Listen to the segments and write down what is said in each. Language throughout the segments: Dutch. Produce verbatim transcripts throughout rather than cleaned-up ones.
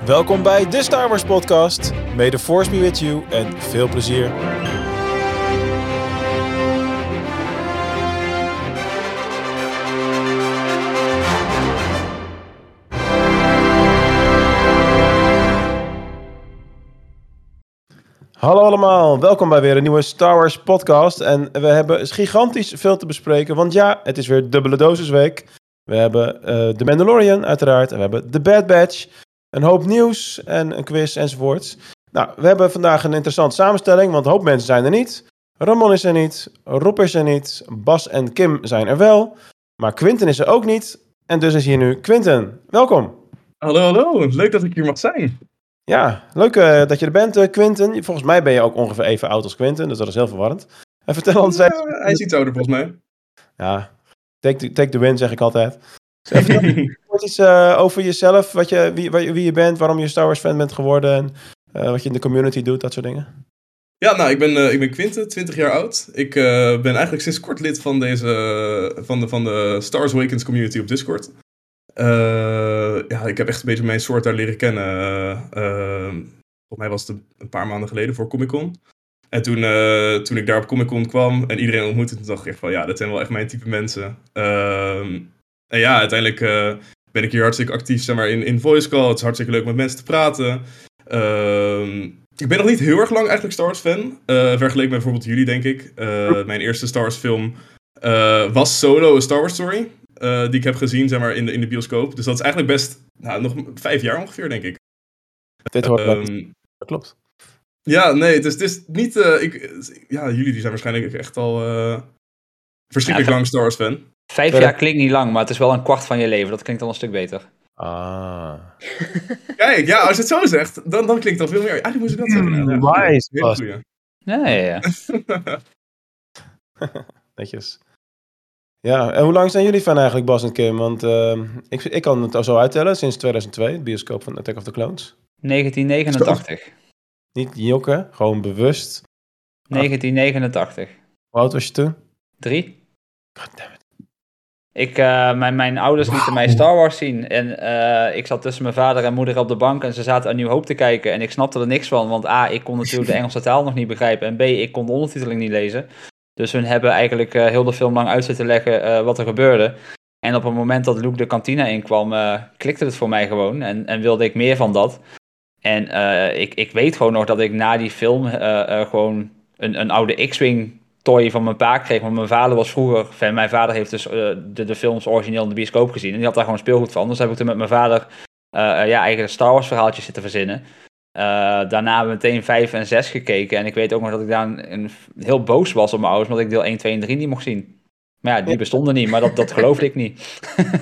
Welkom bij de Star Wars podcast. May the Force be with you en veel plezier. Hallo allemaal, welkom bij weer een nieuwe Star Wars podcast. En we hebben gigantisch veel te bespreken, want ja, het is weer dubbele dosisweek. We hebben uh, The Mandalorian uiteraard en we hebben The Bad Batch. Een hoop nieuws en een quiz enzovoorts. Nou, we hebben vandaag een interessante samenstelling, want een hoop mensen zijn er niet. Ramon is er niet, Rob is er niet, Bas en Kim zijn er wel. Maar Quinten is er ook niet. En dus is hier nu Quinten. Welkom. Hallo, hallo. Leuk dat ik hier mag zijn. Ja, leuk uh, dat je er bent, uh, Quinten. Volgens mij ben je ook ongeveer even oud als Quinten, dus dat is heel verwarrend. En vertel ons ja, even... Hij is iets ouder volgens mij. Ja, take the, take the win zeg ik altijd. Dus even iets uh, over jezelf, wat je, wie, wie je bent, waarom je Star Wars fan bent geworden en uh, wat je in de community doet, dat soort dingen. Ja, nou, ik ben, uh, ik ben Quinten, twintig jaar oud. Ik uh, ben eigenlijk sinds kort lid van, deze, uh, van, de, van de Star Wars Awakens community op Discord. Uh, ja, ik heb echt een beetje mijn soort daar leren kennen. Uh, uh, volgens mij was het een paar maanden geleden voor Comic Con. En toen, uh, toen ik daar op Comic Con kwam en iedereen ontmoette, toen dacht ik echt van ja, dat zijn wel echt mijn type mensen. Uh, en ja, uiteindelijk uh, ben ik hier hartstikke actief zeg maar, in, in voice call. Het is hartstikke leuk met mensen te praten. Uh, ik ben nog niet heel erg lang eigenlijk Star Wars fan. Uh, vergeleken met bijvoorbeeld jullie, denk ik. Uh, mijn eerste Star Wars film uh, was Solo, A Star Wars Story. Uh, die ik heb gezien zeg maar, in, de, in de bioscoop. Dus dat is eigenlijk best, nou, nog vijf jaar ongeveer, denk ik. Dit hoort um, dat klopt. Ja, nee, het is, het is niet... Uh, ik, ja, jullie die zijn waarschijnlijk echt al uh, verschrikkelijk ja, lang Star Wars fan. Vijf ja. jaar klinkt niet lang, maar het is wel een kwart van je leven. Dat klinkt al een stuk beter. Ah. Kijk, ja, als je het zo zegt, dan, dan klinkt het al veel meer. Eigenlijk moest ik dat zeggen. Mm, ja, nice. Hele goeie. Ja, ja, ja. Netjes. Ja, en hoe lang zijn jullie fan eigenlijk, Bas en Kim? Want uh, ik, ik kan het al zo uittellen, sinds tweeduizend twee, het bioscoop van Attack of the Clones. negentien negenentachtig. Niet jokken, gewoon bewust. negentien negenentachtig. Hoe oud was je toen? Drie. Goddammit. Ik, uh, mijn, mijn ouders lieten wow. mij Star Wars zien. En uh, ik zat tussen mijn vader en moeder op de bank en ze zaten aan Nieuw Hoop te kijken. En ik snapte er niks van, want A, ik kon natuurlijk de Engelse taal nog niet begrijpen. En B, ik kon de ondertiteling niet lezen. Dus hun hebben eigenlijk uh, heel de film lang uit zitten leggen uh, wat er gebeurde. En op het moment dat Luke de kantine inkwam, uh, klikte het voor mij gewoon. En, en wilde ik meer van dat. En uh, ik, ik weet gewoon nog dat ik na die film uh, uh, gewoon een, een oude X-Wing toy van mijn pa kreeg. Want mijn vader was vroeger fan. Mijn vader heeft dus uh, de, de films origineel in de bioscoop gezien. En die had daar gewoon speelgoed van. Dus heb ik toen met mijn vader uh, uh, ja, eigen Star Wars verhaaltjes zitten verzinnen. Uh, daarna hebben we meteen vijf en zes gekeken. En ik weet ook nog dat ik daar een, een, heel boos was op mijn ouders. Omdat ik deel één, twee en drie niet mocht zien. Maar ja, die bestonden niet. Maar dat, dat geloofde ik niet.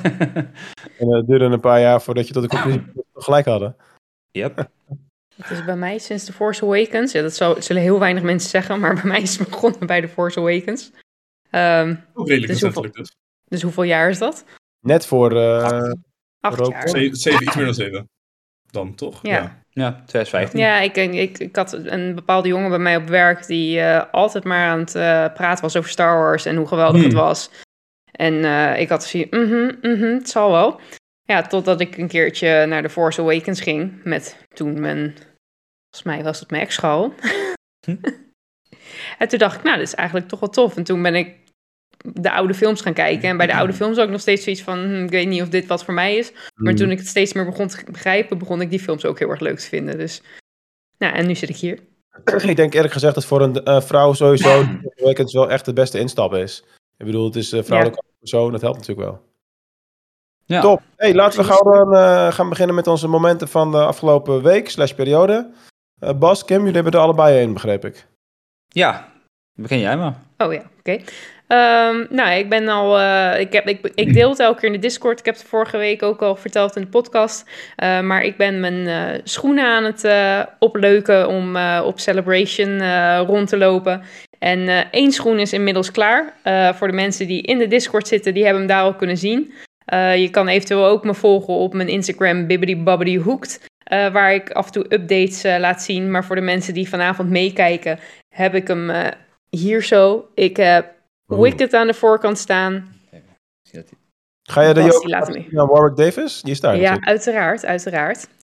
En het duurde een paar jaar voordat je tot de conclusie gelijk hadden. Yep. Het is bij mij sinds The Force Awakens. Ja, dat zal, zullen heel weinig mensen zeggen. Maar bij mij is het begonnen bij The Force Awakens. Um, ook redelijk dus hoeveel, dus. Dus hoeveel jaar is dat? Net voor... Uh, Acht, Acht jaar. Zeven, zeven, iets meer dan zeven. Dan, toch? Ja. Ja, ja twintig vijftien. Ja, ik, ik, ik had een bepaalde jongen bij mij op werk... die uh, altijd maar aan het uh, praten was over Star Wars... en hoe geweldig hmm. het was. En uh, ik had gezien, mhm, mhm, het zal wel. Ja, totdat ik een keertje naar The Force Awakens ging... met toen mijn... volgens mij was het mijn ex-school. Hm? En toen dacht ik, nou, dit is eigenlijk toch wel tof. En toen ben ik de oude films gaan kijken. En bij de oude films ook nog steeds zoiets van... Hm, ik weet niet of dit wat voor mij is. Maar toen ik het steeds meer begon te begrijpen... begon ik die films ook heel erg leuk te vinden. Dus, nou, en nu zit ik hier. Ik denk eerlijk gezegd dat voor een uh, vrouw sowieso... het wel echt de beste instap is. Ik bedoel, het is uh, vrouwelijke ja. persoon. Dat helpt natuurlijk wel. Ja. Top. Hey, laten we gauw dan uh, gaan beginnen met onze momenten van de afgelopen week... slash periode. Uh, Bas, Kim, jullie hebben er allebei één, begreep ik. Ja, begin jij maar. Oh ja, oké. Okay. Um, nou, ik ben al... Uh, ik, heb, ik, ik deel het elke keer in de Discord. Ik heb het vorige week ook al verteld in de podcast. Uh, maar ik ben mijn uh, schoenen aan het uh, opleuken... om uh, op Celebration uh, rond te lopen. En uh, één schoen is inmiddels klaar. Uh, voor de mensen die in de Discord zitten... die hebben hem daar al kunnen zien. Uh, je kan eventueel ook me volgen op mijn Instagram... bibbidi-babbidi-hoekt. Uh, waar ik af en toe updates uh, laat zien. Maar voor de mensen die vanavond meekijken... heb ik hem uh, hier zo. Ik heb Wicked aan de voorkant staan. Ga je de Yoda naar Warwick Davis? Die is daar Ja, natuurlijk. uiteraard, uiteraard.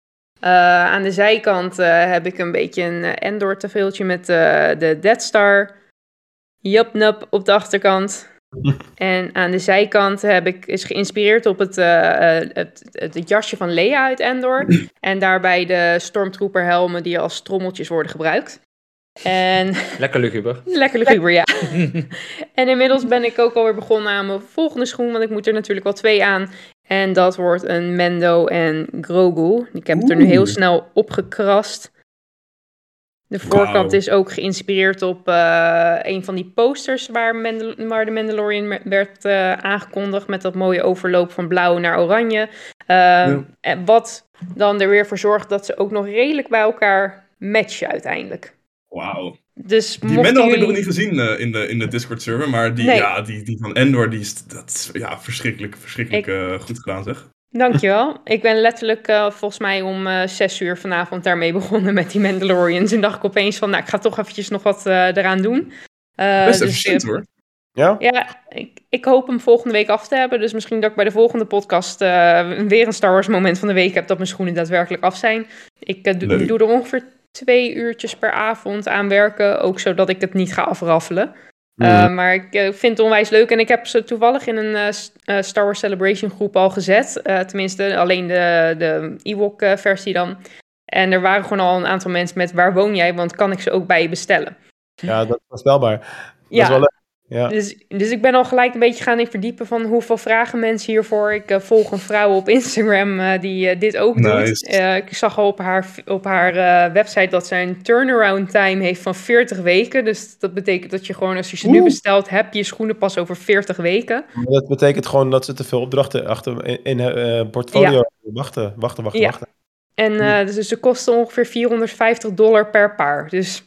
Uh, aan de zijkant uh, heb ik een beetje een uh, Endor tafereeltje met uh, de Death Star. Yup, nup op de achterkant. En aan de zijkant heb ik, is geïnspireerd op het, uh, uh, het, het, het jasje van Leia uit Endor. En daarbij de Stormtrooper helmen die als trommeltjes worden gebruikt. En... Lekker luguber. Lekker luguber, ja. En inmiddels ben ik ook alweer begonnen aan mijn volgende schoen, want ik moet er natuurlijk wel twee aan. En dat wordt een Mendo en Grogu. Ik heb het er nu heel snel opgekrast. De voorkant wow. is ook geïnspireerd op uh, een van die posters waar, Mandal- waar de Mandalorian werd uh, aangekondigd. Met dat mooie overloop van blauw naar oranje. Uh, ja. En wat dan er weer voor zorgt dat ze ook nog redelijk bij elkaar matchen uiteindelijk. Wauw. Dus die Mendo jullie... had ik nog niet gezien uh, in, de, in de Discord-server. Maar die, nee. ja, die, die van Endor, die is dat, ja, verschrikkelijk, verschrikkelijk ik... uh, goed gedaan, zeg. Dankjewel. Ik ben letterlijk uh, volgens mij om uh, zes uur vanavond daarmee begonnen met die Mandalorians. En dacht ik opeens van, nou, ik ga toch eventjes nog wat uh, eraan doen. Uh, Best efficiënt, dus, uh, hoor. Ja? Ja, ik, ik hoop hem volgende week af te hebben. Dus misschien dat ik bij de volgende podcast uh, weer een Star Wars moment van de week heb dat mijn schoenen daadwerkelijk af zijn. Ik uh, do- doe er ongeveer twee uurtjes per avond aan werken. Ook zodat ik het niet ga afraffelen. Uh, maar ik uh, vind het onwijs leuk. En ik heb ze toevallig in een uh, uh, Star Wars Celebration groep al gezet. Uh, tenminste, alleen de, de Ewok uh, versie dan. En er waren gewoon al een aantal mensen met waar woon jij? Want kan ik ze ook bij je bestellen? Ja, dat is voorspelbaar. Dat ja. is wel leuk. Ja. Dus, dus ik ben al gelijk een beetje gaan in verdiepen van hoeveel vragen mensen hiervoor. Ik uh, volg een vrouw op Instagram uh, die uh, dit ook nice. doet. Uh, ik zag al op haar, op haar uh, website dat zij een turnaround time heeft van veertig weken. Dus dat betekent dat je gewoon, als je ze Oeh. nu bestelt, heb je je schoenen pas over veertig weken. Dat betekent gewoon dat ze te veel opdrachten achter in, in uh, portfolio ja. wachten, wachten, wachten, ja. wachten. En uh, dus ze kosten ongeveer vierhonderdvijftig dollar per paar. Dus...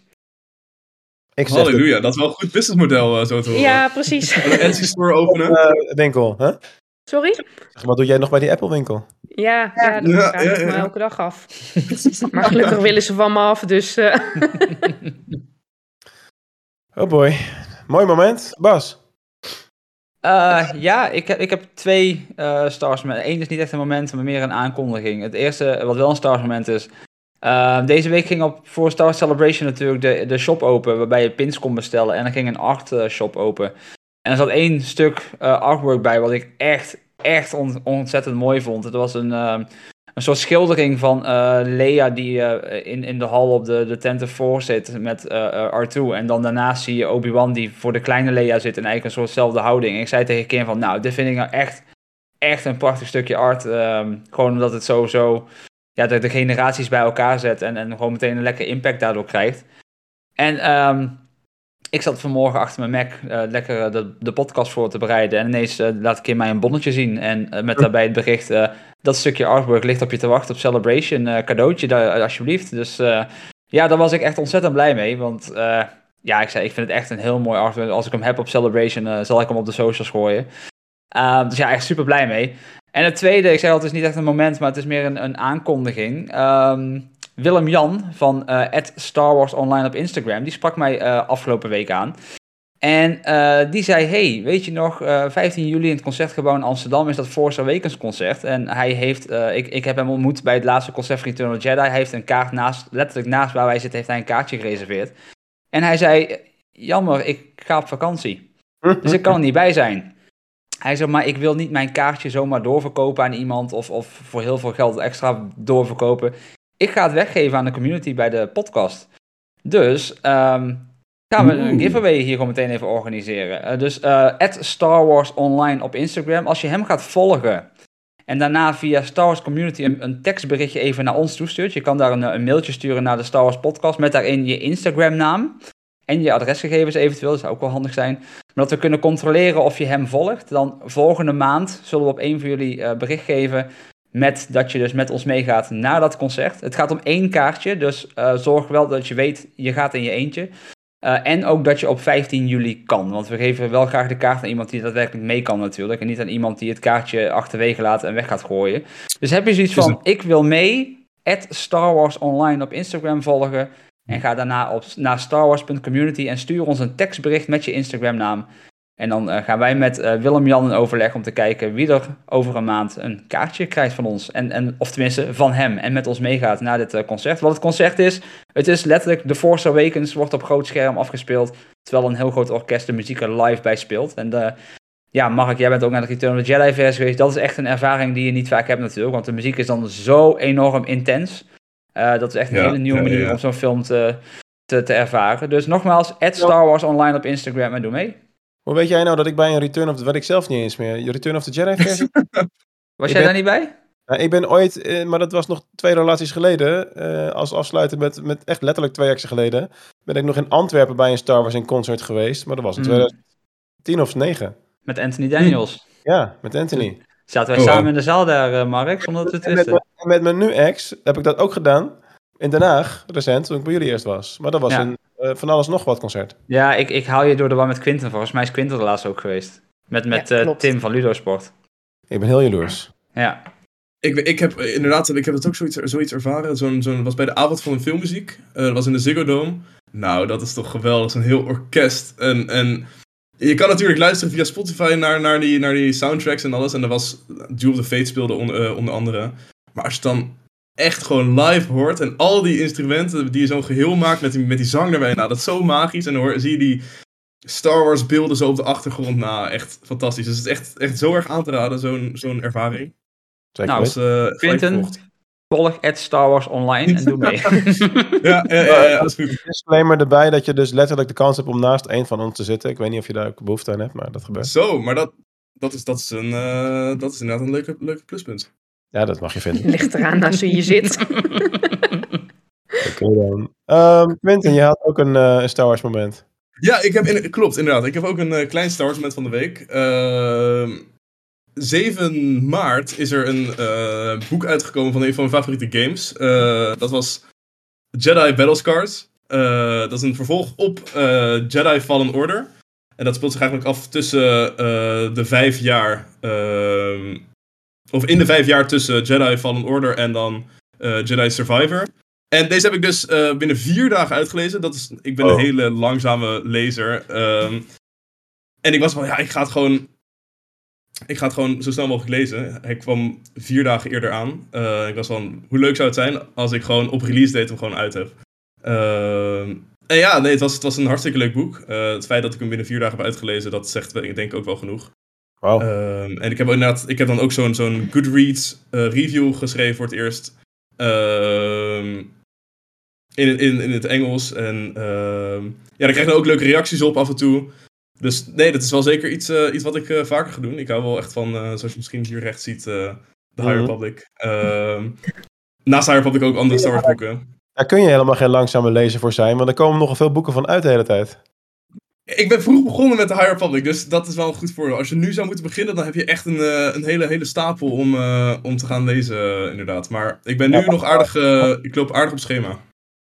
Ik zeg Halleluja, het. Dat is wel een goed businessmodel uh, zo te horen. Ja, precies. Een Etsy store openen. Uh, winkel, hè? Huh? Sorry? Zeg, wat doe jij nog bij die Apple winkel? Ja, ja dat ja, vraag ja, ik ja, me ja. elke dag af. Maar gelukkig willen ze van me af, dus... Uh... Oh boy. Mooi moment. Bas? Uh, ja, ik heb, ik heb twee uh, Star Wars momenten. Eén is niet echt een moment, maar meer een aankondiging. Het eerste, wat wel een Star Wars moment is... Uh, deze week ging op voor Star Wars Celebration natuurlijk de, de shop open, waarbij je pins kon bestellen. En er ging een art uh, shop open. En er zat één stuk uh, artwork bij, wat ik echt, echt on, ontzettend mooi vond. Het was een, uh, een soort schildering van uh, Leia die uh, in, in de hal op de, de Tent of Four zit met uh, R twee. En dan daarnaast zie je Obi-Wan die voor de kleine Leia zit en eigenlijk een soortzelfde houding. En ik zei tegen Kim van, nou, dit vind ik nou echt, echt een prachtig stukje art. Um, gewoon omdat het sowieso... Ja, de, de generaties bij elkaar zet en, en gewoon meteen een lekker impact daardoor krijgt. En um, ik zat vanmorgen achter mijn Mac uh, lekker de, de podcast voor te bereiden. En ineens uh, laat ik in mij een bonnetje zien. En uh, met daarbij het bericht, uh, dat stukje artwork ligt op je te wachten op Celebration. Uh, cadeautje, daar, alsjeblieft. Dus uh, ja, daar was ik echt ontzettend blij mee. Want uh, ja, ik zei, ik vind het echt een heel mooi artwork. Als ik hem heb op Celebration, uh, zal ik hem op de socials gooien. Uh, dus ja, echt super blij mee. En het tweede, ik zeg al, het is niet echt een moment, maar het is meer een, een aankondiging. Um, Willem-Jan van uh, at Star Wars Online op Instagram, die sprak mij uh, afgelopen week aan. En uh, die zei, hey, weet je nog, uh, vijftien juli in het Concertgebouw in Amsterdam is dat Force Awakens concert. En hij heeft, uh, ik, ik heb hem ontmoet bij het laatste concert van Return of the Jedi. Hij heeft een kaart naast, letterlijk naast waar wij zitten, heeft hij een kaartje gereserveerd. En hij zei, jammer, ik ga op vakantie. Dus ik kan er niet bij zijn. Hij zei, maar ik wil niet mijn kaartje zomaar doorverkopen aan iemand of, of voor heel veel geld extra doorverkopen. Ik ga het weggeven aan de community bij de podcast. Dus um, gaan we een giveaway hier gewoon meteen even organiseren. Uh, dus uh, at Star Wars Online op Instagram. Als je hem gaat volgen en daarna via Star Wars Community een, een tekstberichtje even naar ons toestuurt. Je kan daar een, een mailtje sturen naar de Star Wars podcast met daarin je Instagram naam. En je adresgegevens eventueel, dat zou ook wel handig zijn. Maar dat we kunnen controleren of je hem volgt. Dan volgende maand zullen we op een van jullie uh, bericht geven met dat je dus met ons meegaat naar dat concert. Het gaat om één kaartje, dus uh, zorg wel dat je weet, je gaat in je eentje. Uh, en ook dat je op vijftien juli kan. Want we geven wel graag de kaart aan iemand die daadwerkelijk mee kan natuurlijk. En niet aan iemand die het kaartje achterwege laat en weg gaat gooien. Dus heb je zoiets van, ik wil mee, at Star Wars Online op Instagram volgen. En ga daarna op, naar starwars punt community en stuur ons een tekstbericht met je Instagram naam. En dan uh, gaan wij met uh, Willem-Jan in overleg om te kijken wie er over een maand een kaartje krijgt van ons. En, en, of tenminste van hem en met ons meegaat naar dit uh, concert. Wat het concert is, het is letterlijk The Force Awakens wordt op groot scherm afgespeeld. Terwijl een heel groot orkest de muziek er live bij speelt. En de, ja, Mark, jij bent ook naar de Return of the Jedi versie geweest. Dat is echt een ervaring die je niet vaak hebt natuurlijk. Want de muziek is dan zo enorm intens. Uh, dat is echt een ja, hele nieuwe ja, manier ja. om zo'n film te, te, te ervaren. Dus nogmaals, at Star Wars Online op Instagram en doe mee. Hoe weet jij nou dat ik bij een Return of the... Wat ik zelf niet eens meer... Je Return of the Jedi versie? Was jij ben, daar niet bij? Nou, ik ben ooit... Uh, maar dat was nog twee relaties geleden. Uh, als afsluiter met, met echt letterlijk twee jaar geleden. Ben ik nog in Antwerpen bij een Star Wars in concert geweest. Maar dat was in mm. twintig tien of negen. Met Anthony Daniels. Mm. Ja, met Anthony. Zaten wij oh, samen wow. in de zaal daar, uh, Mark, zonder dat we het wisten. En met, met mijn nu ex heb ik dat ook gedaan. In Den Haag, recent, toen ik bij jullie eerst was. Maar dat was ja. een uh, van alles nog wat concert. Ja, ik, ik haal je door de war met Quinten. Volgens mij is Quinten de laatste ook geweest. Met, met ja, uh, Tim van Ludosport. Ik ben heel jaloers. Ja. Ik, ik heb inderdaad, ik heb het ook zoiets, zoiets ervaren. Zo'n, zo'n was bij de avond van een filmmuziek. Uh, dat was in de Ziggo Dome. Nou, dat is toch geweldig. Zo'n heel orkest. En, en je kan natuurlijk luisteren via Spotify naar, naar, die, naar die soundtracks en alles. En er was Duel of the Fates speelde on, uh, onder andere. Maar als je dan echt gewoon live hoort en al die instrumenten die je zo'n geheel maakt met die, met die zang erbij. Nou, dat is zo magisch. En dan hoor, zie je die Star Wars beelden zo op de achtergrond. Nou, echt fantastisch. Dus het is echt, echt zo erg aan te raden, zo'n, zo'n ervaring. Zeker. Nou, was, uh, Quinten, volg at Star Wars Online en doe mee. ja, ja, ja, ja, dat is goed. Disclaimer erbij dat je dus letterlijk de kans hebt om naast een van ons te zitten. Ik weet niet of je daar ook behoefte aan hebt, maar dat gebeurt. Zo, maar dat, dat, is, dat, is, een, uh, dat is inderdaad een leuke, leuke pluspunt. Ja, dat mag je vinden. Ligt eraan naast wie je zit. Oké dan. Um, Quinten, je had ook een, uh, een Star Wars moment. Ja, ik heb in, klopt, inderdaad. Ik heb ook een uh, klein Star Wars moment van de week. Uh, zeven maart is er een uh, boek uitgekomen van een van mijn favoriete games. Uh, dat was Jedi Battlescars. Uh, dat is een vervolg op uh, Jedi Fallen Order. En dat speelt zich eigenlijk af tussen uh, de vijf jaar... Uh, of in de vijf jaar tussen Jedi Fallen Order en dan uh, Jedi Survivor. En deze heb ik dus uh, binnen vier dagen uitgelezen. Dat is, ik ben oh. een hele langzame lezer. Um, en ik was van, ja, ik ga het gewoon... Ik ga het gewoon zo snel mogelijk lezen. Hij kwam vier dagen eerder aan. Uh, ik was van, hoe leuk zou het zijn als ik gewoon op release date hem gewoon uit heb. Uh, en ja, nee, het was, het was een hartstikke leuk boek. Uh, het feit dat ik hem binnen vier dagen heb uitgelezen, dat zegt ik denk ook wel genoeg. Wow. Uh, en ik heb inderdaad, ik heb dan ook zo'n, zo'n Goodreads uh, review geschreven voor het eerst. Uh, in, in, in het Engels. En uh, ja, daar krijg je dan ook leuke reacties op af en toe. Dus nee, dat is wel zeker iets, uh, iets wat ik uh, vaker ga doen. Ik hou wel echt van, uh, zoals je misschien hier rechts ziet, uh, The High mm-hmm. Republic. Uh, naast The High Republic ook andere Star Wars boeken. Daar kun je helemaal geen langzame lezer voor zijn, want er komen nogal veel boeken van uit de hele tijd. Ik ben vroeg begonnen met The High Republic, dus dat is wel een goed voordeel. Als je nu zou moeten beginnen, dan heb je echt een, uh, een hele, hele stapel om, uh, om te gaan lezen, uh, inderdaad. Maar ik ben nu ja, nog aardig, uh, ik loop aardig op schema.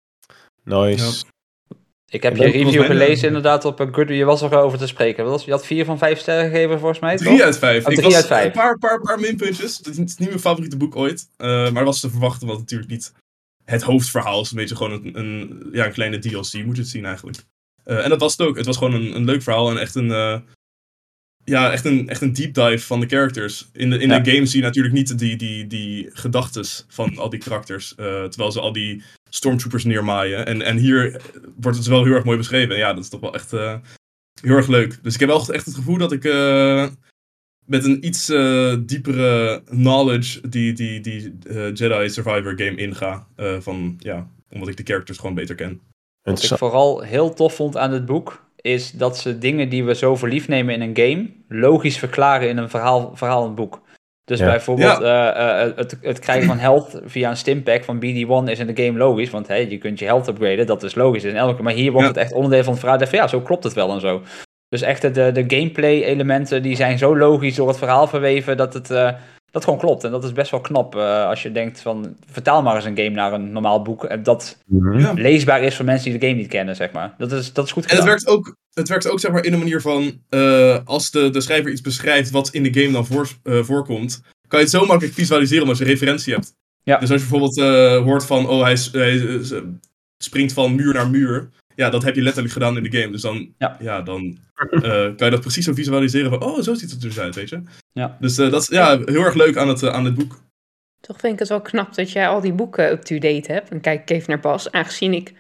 Nice. Ja. Ik heb je review gelezen inderdaad op Goodreads. Je was er over te spreken. Je had vier van vijf sterren gegeven volgens mij, toch? Drie uit vijf. Oh, ik drie was uit vijf. Een paar, paar, paar minpuntjes. Het is niet mijn favoriete boek ooit. Uh, maar dat was te verwachten, want natuurlijk niet het hoofdverhaal is een beetje gewoon een, een, ja, een kleine D L C, moet je het zien eigenlijk. Uh, en dat was het ook. Het was gewoon een, een leuk verhaal en echt een, uh, ja, echt een, echt een deep dive van de characters. In de, in ja. de game zie je natuurlijk niet die, die, die gedachtes van al die karakters, uh, terwijl ze al die stormtroopers neermaaien. En, en hier wordt het wel heel erg mooi beschreven. En ja, dat is toch wel echt uh, heel erg leuk. Dus ik heb wel echt het gevoel dat ik uh, met een iets uh, diepere knowledge die, die, die uh, Jedi Survivor game inga. Uh, van, ja, omdat ik de characters gewoon beter ken. Wat ik vooral heel tof vond aan het boek, is dat ze dingen die we zo voor lief nemen in een game, logisch verklaren in een verhaal, verhaal in het boek. Dus ja. bijvoorbeeld ja. uh, uh, het, het krijgen van health via een stimpack van B D one is in de game logisch, want hey, je kunt je health upgraden, dat is logisch in elke, maar hier wordt ja. het echt onderdeel van het verhaal. Van, ja, zo klopt het wel en zo. Dus echt de, de gameplay elementen, die zijn zo logisch door het verhaal verweven, dat het uh, dat gewoon klopt. En dat is best wel knap uh, als je denkt van, vertaal maar eens een game naar een normaal boek. En dat ja. leesbaar is voor mensen die de game niet kennen, zeg maar. Dat is, dat is goed gedaan. En het werkt ook, het werkt ook zeg maar, in een manier van, uh, als de, de schrijver iets beschrijft wat in de game dan voor, uh, voorkomt, kan je het zo makkelijk visualiseren als je referentie hebt. Ja. Dus als je bijvoorbeeld uh, hoort van, oh, hij, hij uh, springt van muur naar muur. ja, dat heb je letterlijk gedaan in de game. Dus dan, Ja. ja, dan uh, kan je dat precies zo visualiseren van, oh, zo ziet het er dus uit, weet je. Ja. Dus uh, dat is ja, heel erg leuk aan het, uh, aan het boek. Toch vind ik het wel knap dat jij al die boeken up-to-date hebt. En kijk ik even naar Bas, aangezien ik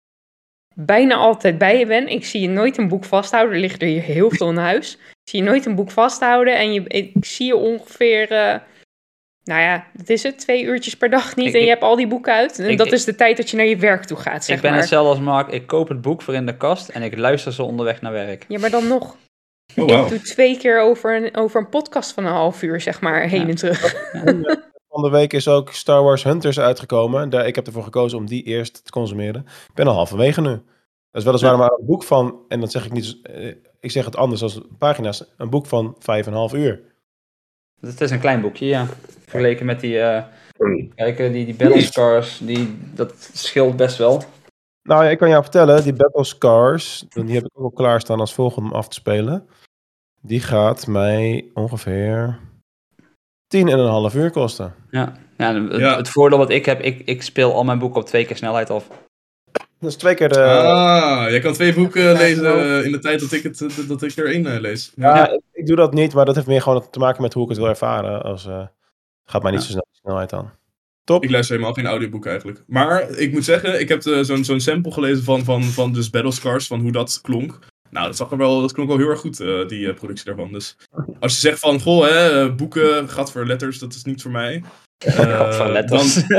bijna altijd bij je ben. Ik zie je nooit een boek vasthouden. Er ligt er hier heel veel in huis. Ik zie je nooit een boek vasthouden. En je, ik zie je ongeveer, uh, nou ja, dat is het, twee uurtjes per dag niet. Ik, en je ik, hebt al die boeken uit. En ik, dat ik, is de tijd dat je naar je werk toe gaat, zeg Ik ben maar. hetzelfde als Mark. Ik koop het boek voor in de kast en ik luister ze onderweg naar werk. Ja, maar dan nog. Oh, wow. Ik doe twee keer over een, over een podcast van een half uur, zeg maar, heen Ja. en terug. Ja. Van de week is ook Star Wars Hunters uitgekomen. Daar, ik heb ervoor gekozen om die eerst te consumeren. Ik ben al halverwege nu. Dat is weliswaar Ja. maar een boek van, en dat zeg ik niet, ik zeg het anders als pagina's, een boek van vijf en een half uur. Het is een klein boekje, ja. Vergeleken met die, uh, kijk, die, die Battle Scars, die, dat scheelt best wel. Nou ja, ik kan jou vertellen, die Battle Scars, die heb ik ook al klaarstaan als volgende om af te spelen. Die gaat mij ongeveer tien en een half uur kosten. Ja, ja, het, Ja. het voordeel wat ik heb, ik, ik speel al mijn boeken op twee keer snelheid af. Dat is twee keer de... Ah, jij kan twee boeken Ja, lezen nou. uh, in de tijd dat ik, het, dat ik er één uh, lees. Ja, Ja. ik, ik doe dat niet, maar dat heeft meer gewoon te maken met hoe ik het wil ervaren. Als, uh, gaat mij niet Ja. zo snel de snelheid aan. Top. Ik luister helemaal geen audioboek eigenlijk. Maar ik moet zeggen, ik heb uh, zo'n, zo'n sample gelezen van, van, van dus Battle Scars, van hoe dat klonk. Nou, dat, zag er wel, dat klonk wel heel erg goed, uh, die uh, productie daarvan. Dus als je zegt van, goh, hè, uh, boeken, gat voor letters, dat is niet voor mij. Uh, Gat voor letters. Dan,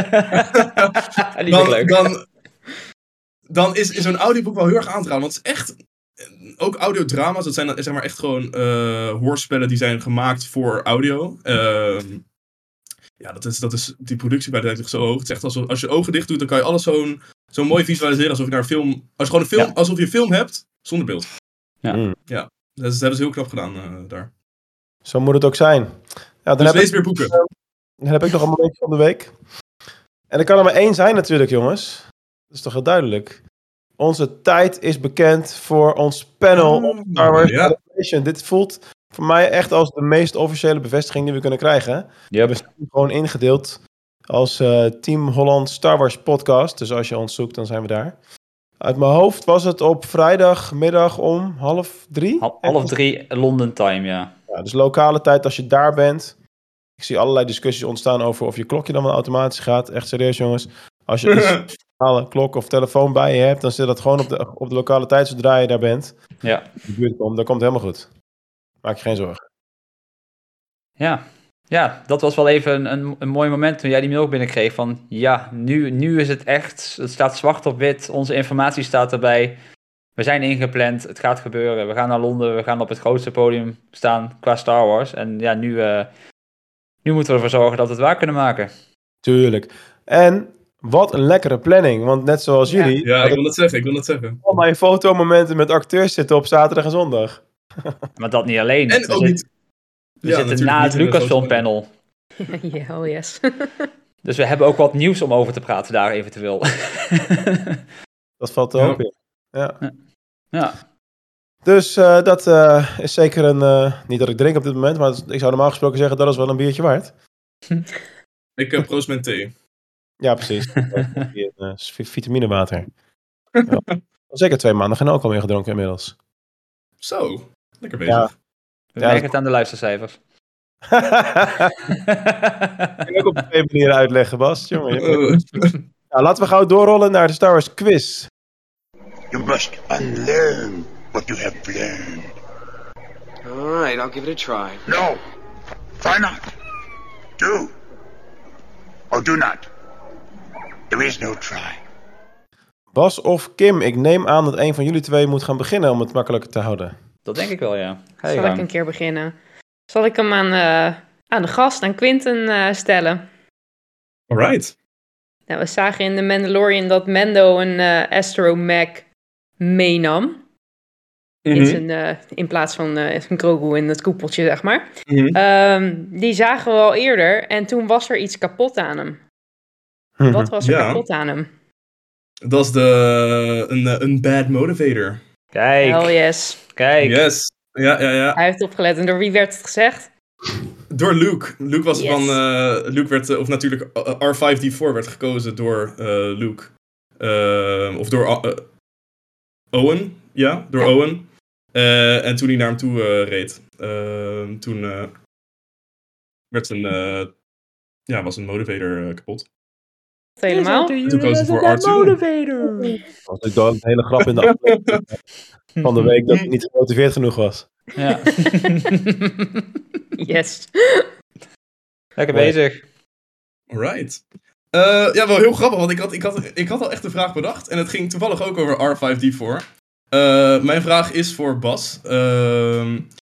Die dan, leuk. dan, dan is, is zo'n audioboek wel heel erg aan te raden. Want het is echt, ook audiodrama's, dat zijn zeg maar echt gewoon uh, hoorspellen die zijn gemaakt voor audio. Uh, ja, dat is, dat is, die productiewaarde ligt zo hoog. Het is echt alsof, als je ogen dicht doet, dan kan je alles zo'n zo mooi visualiseren alsof je naar een film, als je gewoon een film, Ja. alsof je een film hebt, zonder beeld. Ja. Mm. Ja, dat, is, dat hebben ze heel knap gedaan uh, daar. Zo moet het ook zijn. Ja, dan, Dus heb lees ik, weer boeken. dan heb ik nog een momentje van de week. En er kan er maar één zijn natuurlijk, jongens. Dat is toch heel duidelijk. Onze tijd is bekend voor ons panel op Star Wars Ja. Celebration. Dit voelt voor mij echt als de meest officiële bevestiging die we kunnen krijgen. Yep. We zijn gewoon ingedeeld als uh, Team Holland Star Wars podcast. Dus als je ons zoekt, dan zijn we daar. Uit mijn hoofd was het op vrijdagmiddag om half drie. Hal- Half drie London time, ja. Ja, dus lokale tijd als je daar bent. Ik zie allerlei discussies ontstaan over of je klokje dan wel automatisch gaat. Echt serieus, jongens. Als je een speciale klok of telefoon bij je hebt, dan zit dat gewoon op de, op de lokale tijd zodra je daar bent. Ja. De buurt komt, dan komt het helemaal goed. Maak je geen zorgen. Ja. Ja, dat was wel even een, een, een mooi moment toen jij die mail binnenkreeg van ja, nu, nu is het echt, het staat zwart op wit, onze informatie staat erbij. We zijn ingepland, het gaat gebeuren. We gaan naar Londen, we gaan op het grootste podium staan qua Star Wars. En ja, nu, uh, nu moeten we ervoor zorgen dat we het waar kunnen maken. Tuurlijk. En wat een lekkere planning. Want net zoals Ja. jullie, Ja, had ik ik wil dat zeggen, ik wil dat zeggen. al mijn fotomomenten met acteurs zitten op zaterdag en zondag. Maar dat niet alleen. En we ook zit- niet... we Ja, zitten natuurlijk na het niet in de Lucasfilm foto- panel. Ja, oh yes. Dus we hebben ook wat nieuws om over te praten daar eventueel. Dat valt te Ja. hopen. Ja. Ja. Dus uh, dat uh, is zeker een... Uh, niet dat ik drink op dit moment, maar ik zou normaal gesproken zeggen dat is wel een biertje waard. Ik heb proost met thee. Ja, precies. Hier, uh, vitaminewater. Ja. Zeker twee maanden geen alcohol meer gedronken inmiddels. Zo, lekker bezig. Ja. We Ja, merken dat- het aan de luistercijfers. Ik kan ook op twee manieren uitleggen, Bas. Jongen, je- Uh, nou, laten we gauw doorrollen naar de Star Wars quiz. You must unlearn what you have learned. All right, I'll give it a try. No, try not. Do. Or do not. There is no try. Bas of Kim, ik neem aan dat een van jullie twee moet gaan beginnen om het makkelijker te houden. Dat denk ik wel, ja. Ga je Zal ik gang. een keer beginnen? Zal ik hem aan, uh, aan de gast, aan Quinten, uh, stellen? Alright. Nou, we zagen in The Mandalorian dat Mando een uh, astromech meenam. Mhm. in, zijn, uh, in plaats van uh, een Grogu in het koepeltje, zeg maar. Mhm. Um, die zagen we al eerder en toen was er iets kapot aan hem. Wat was er Ja. kapot aan hem? Dat is de, een, eh, een bad motivator. Kijk, Hell yes. kijk. Yes. Ja, ja, ja. Hij heeft opgelet. En door wie werd het gezegd? Door Luke. Luke was Yes. van... eh, Luke werd... eh, of natuurlijk uh, R vijf D vier werd gekozen door uh, Luke. Uh, of door... Uh, Owen, ja, door Owen. Uh, en toen hij naar hem toe uh, reed, uh, toen uh, werd zijn, uh, ja, was een motivator uh, kapot. Helemaal. En toen koos hij voor R twee. Motivator. Dat was een hele grap in de aflevering van de week dat hij niet gemotiveerd genoeg was. Ja. Yes. Lekker bezig. Alright. Uh, ja, wel heel grappig, want ik had, ik, had, ik had al echt een vraag bedacht. En het ging toevallig ook over R vijf D vier. Uh, mijn vraag is voor Bas. Uh,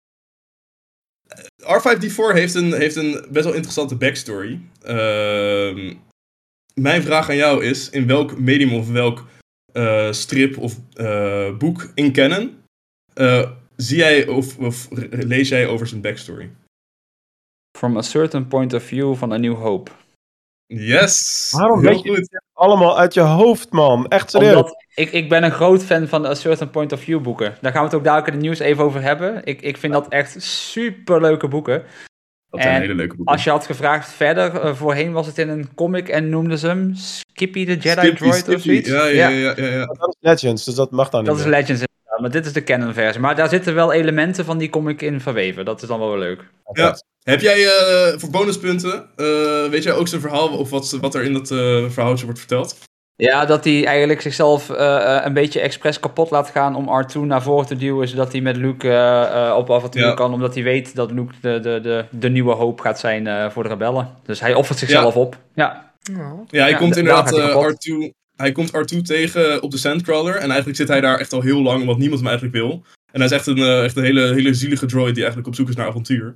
R vijf D vier heeft een, heeft een best wel interessante backstory. Uh, mijn vraag aan jou is, in welk medium of welk uh, strip of uh, boek in canon uh, zie jij of, of lees jij over zijn backstory? From a certain point of view van A New Hope. Yes! Waarom weet je het allemaal uit je hoofd, man? Echt serieus. Omdat ik, ik ben een groot fan van de A Certain Point of View boeken. Daar gaan we het ook dadelijk in het nieuws even over hebben. Ik, ik vind dat echt super leuke boeken. Dat zijn en hele leuke boeken. Als je had gevraagd verder, uh, voorheen was het in een comic en noemden ze hem Skippy the Jedi Skippy, Droid Skippy. of zoiets. Ja, ja, ja. ja, ja. Dat is Legends, dus dat mag dan niet Dat is meer. Legends inderdaad, maar dit is de canon versie. Maar daar zitten wel elementen van die comic in verweven. Dat is dan wel weer leuk. Ja. Heb jij uh, voor bonuspunten, uh, weet jij ook zijn verhaal of wat, wat er in dat uh, verhaaltje wordt verteld? Ja, dat hij eigenlijk zichzelf uh, uh, een beetje expres kapot laat gaan om R twee naar voren te duwen, zodat hij met Luke uh, uh, op avontuur Ja. kan, omdat hij weet dat Luke de, de, de, de nieuwe hoop gaat zijn uh, voor de rebellen. Dus hij offert zichzelf Ja. op. Ja, Oh. Ja, hij Ja, komt da- inderdaad daar gaat hij uh, kapot. R twee, hij komt R twee tegen op de Sandcrawler en eigenlijk zit hij daar echt al heel lang, wat niemand hem eigenlijk wil. En hij is echt een, uh, echt een hele, hele zielige droid die eigenlijk op zoek is naar avontuur.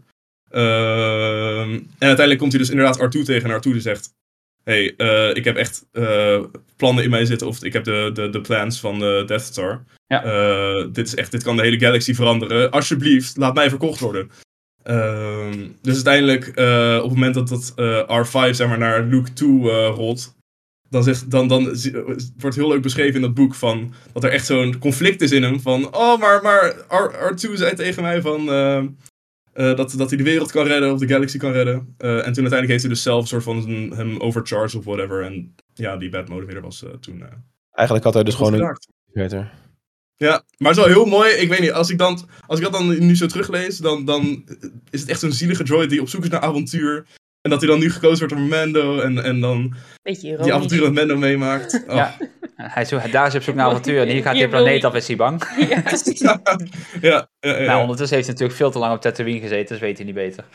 Uh, en uiteindelijk komt hij dus inderdaad R twee tegen en R twee die zegt: hey, uh, ik heb echt uh, plannen in mij zitten, of ik heb de, de, de plans van de Death Star. Ja. Uh, dit is echt, dit kan de hele galaxy veranderen. Alsjeblieft, laat mij verkocht worden. Uh, dus uiteindelijk, uh, op het moment dat dat uh, R vijf zeg maar, naar Luke toe uh, rolt, dan, zegt, dan, dan zie- uh, wordt heel leuk beschreven in dat boek van dat er echt zo'n conflict is in hem van, oh, maar, maar R, R twee zei tegen mij van uh, uh, dat, dat hij de wereld kan redden of de galaxy kan redden. Uh, en toen uiteindelijk heeft hij dus zelf een soort van een, hem overcharged of whatever. En ja, die bad motivator was uh, toen... Uh, Eigenlijk had hij dus gewoon een geraakt. motivator. Ja, maar het is wel heel mooi. Ik weet niet, als ik, dan, als ik dat dan nu zo teruglees, dan, dan is het echt zo'n zielige droid die op zoek is naar avontuur. En dat hij dan nu gekozen wordt door Mando en, en dan Beetje die ironisch. avonturen met Mando meemaakt. Oh. ja. Hij is, zo- daar is hij op zoek naar avontuur en hier gaat Hier die wil planeet hij- af, is hij bang. Ja. ja, ja, ja, ja. Nou, ondertussen heeft hij natuurlijk veel te lang op Tatooine gezeten, dus weet hij niet beter.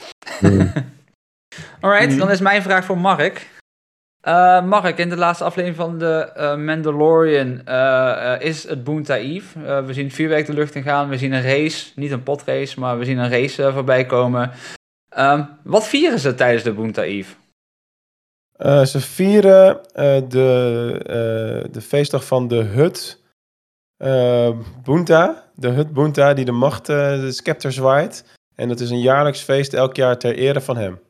Alright, Mhm. dan is mijn vraag voor Mark. Uh, Mark, in de laatste aflevering van de uh, Mandalorian uh, uh, is het Boonta Eve. Uh, we zien vuurwerk de lucht in gaan, we zien een race, niet een potrace, maar we zien een race uh, voorbij komen. Um, wat vieren ze tijdens de Boonta Eve? Uh, ze vieren uh, de, uh, de feestdag van de Hut uh, Boonta. De Hut Boonta die de macht, uh, de scepter zwaait. En dat is een jaarlijks feest elk jaar ter ere van hem.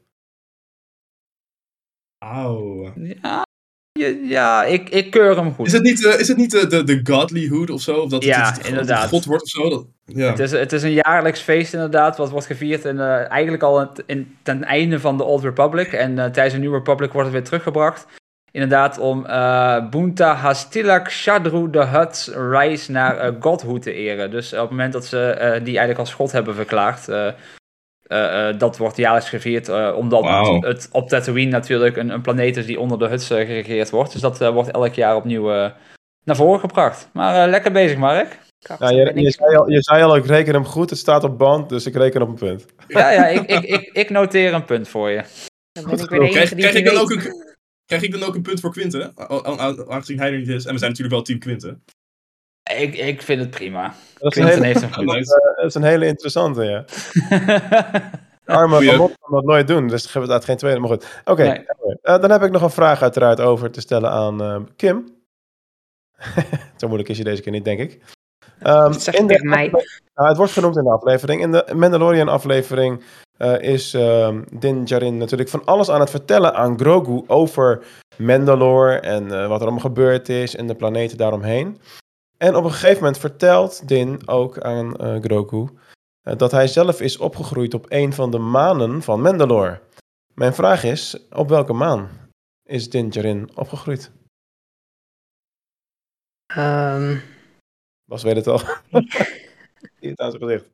Auw. Ja, ja, ja ik, ik keur hem goed. Is het niet, uh, is het niet uh, de, de godlyhood of zo? Of dat Ja, het, het, inderdaad. het God wordt of zo? Dat, ja. Het is, het is een jaarlijks feest inderdaad, wat wordt gevierd in, uh, eigenlijk al in, in, ten einde van de Old Republic. En uh, tijdens de New Republic wordt het weer teruggebracht. Inderdaad om uh, Boonta Hastilak Shadru de Hutt's reis naar uh, Godhood te eren. Dus op het moment dat ze uh, die eigenlijk als God hebben verklaard, uh, uh, uh, dat wordt jaarlijks gevierd. Uh, omdat Wauw. het op Tatooine natuurlijk een, een planeet is die onder de Hutts uh, geregeerd wordt. Dus dat uh, wordt elk jaar opnieuw uh, naar voren gebracht. Maar uh, lekker bezig, Mark. Nou, je, je, zei al, je zei al, ik reken hem goed. Het staat op band, dus ik reken op een punt. Ja, ja ik, ik, ik, ik noteer een punt voor je. Dan ben ik weer de enige Krijg, die krijg, het ik niet dan weet. ook een, krijg ik dan ook een punt voor Quinten? A- a- a- Aangezien hij er niet is. En we zijn natuurlijk wel team Quinten. Ik, ik vind het prima. Dat is een Quinten hele, heeft hem Oh, goed. nice. dat is een hele interessante, ja. Arme Goeie. Van Lot kan dat nooit doen, dus geven we het uit geen tweede. Maar goed, oké. Nee. Uh, dan heb ik nog een vraag uiteraard over te stellen aan uh, Kim. Zo moeilijk is je deze keer niet, denk ik. Um, Dat zeg in je de tegen mij. afle- nou, het wordt genoemd in de aflevering. In de Mandalorian aflevering uh, is um, Din Djarin natuurlijk van alles aan het vertellen aan Grogu over Mandalore en uh, wat er allemaal gebeurd is en de planeten daaromheen. En op een gegeven moment vertelt Din ook aan uh, Grogu uh, dat hij zelf is opgegroeid op een van de manen van Mandalore. Mijn vraag is, op welke maan is Din Djarin opgegroeid? Um, Bas weet het al. Zie het aan zijn gezicht.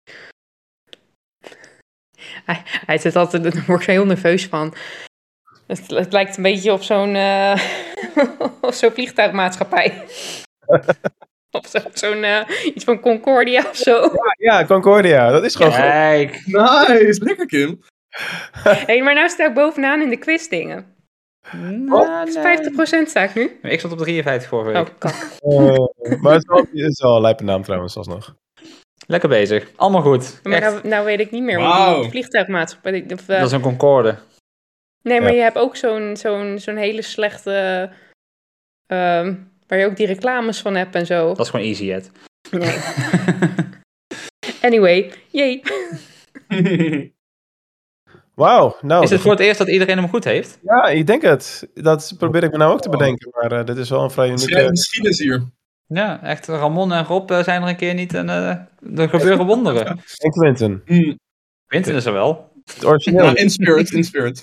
Hij, hij zit altijd, daar word ik heel nerveus van. Het, het lijkt een beetje op zo'n, uh, op zo'n vliegtuigmaatschappij. Of zo, zo'n, uh, iets van Concordia of zo. Ja, ja, Concordia. Dat is gewoon goed. Kijk. Nice, lekker Kim. Hey, maar nou sta ik bovenaan in de quizdingen. Nou, nee. vijftig procent sta ik nu. Ik stond op drieënventig vorige week. Oh, kak. Uh, maar het is wel, het is wel een lijpe naam trouwens, alsnog. Lekker bezig. Allemaal goed. Maar Echt. nou, nou weet ik niet meer hoe Wauw. die vliegtuigmaatschappij... Of, uh, Dat is een Concorde. nee, maar Ja. je hebt ook zo'n, zo'n, zo'n hele slechte... Uh, waar je ook die reclames van hebt en zo. Dat is gewoon EasyJet. Nee. Anyway, jee. Wauw, nou. Is het voor het eerst dat iedereen hem goed heeft? Ja, ik denk het. Dat probeer ik me nou ook te bedenken. Maar uh, dit is wel een vrij unieke... Schrijf geschiedenis hier. Ja, echt. Ramon en Rob uh, zijn er een keer niet en uh, er gebeuren wonderen. En Quentin. Mm. Quentin is er wel. Het origineel. Ja, in spirit, in spirit.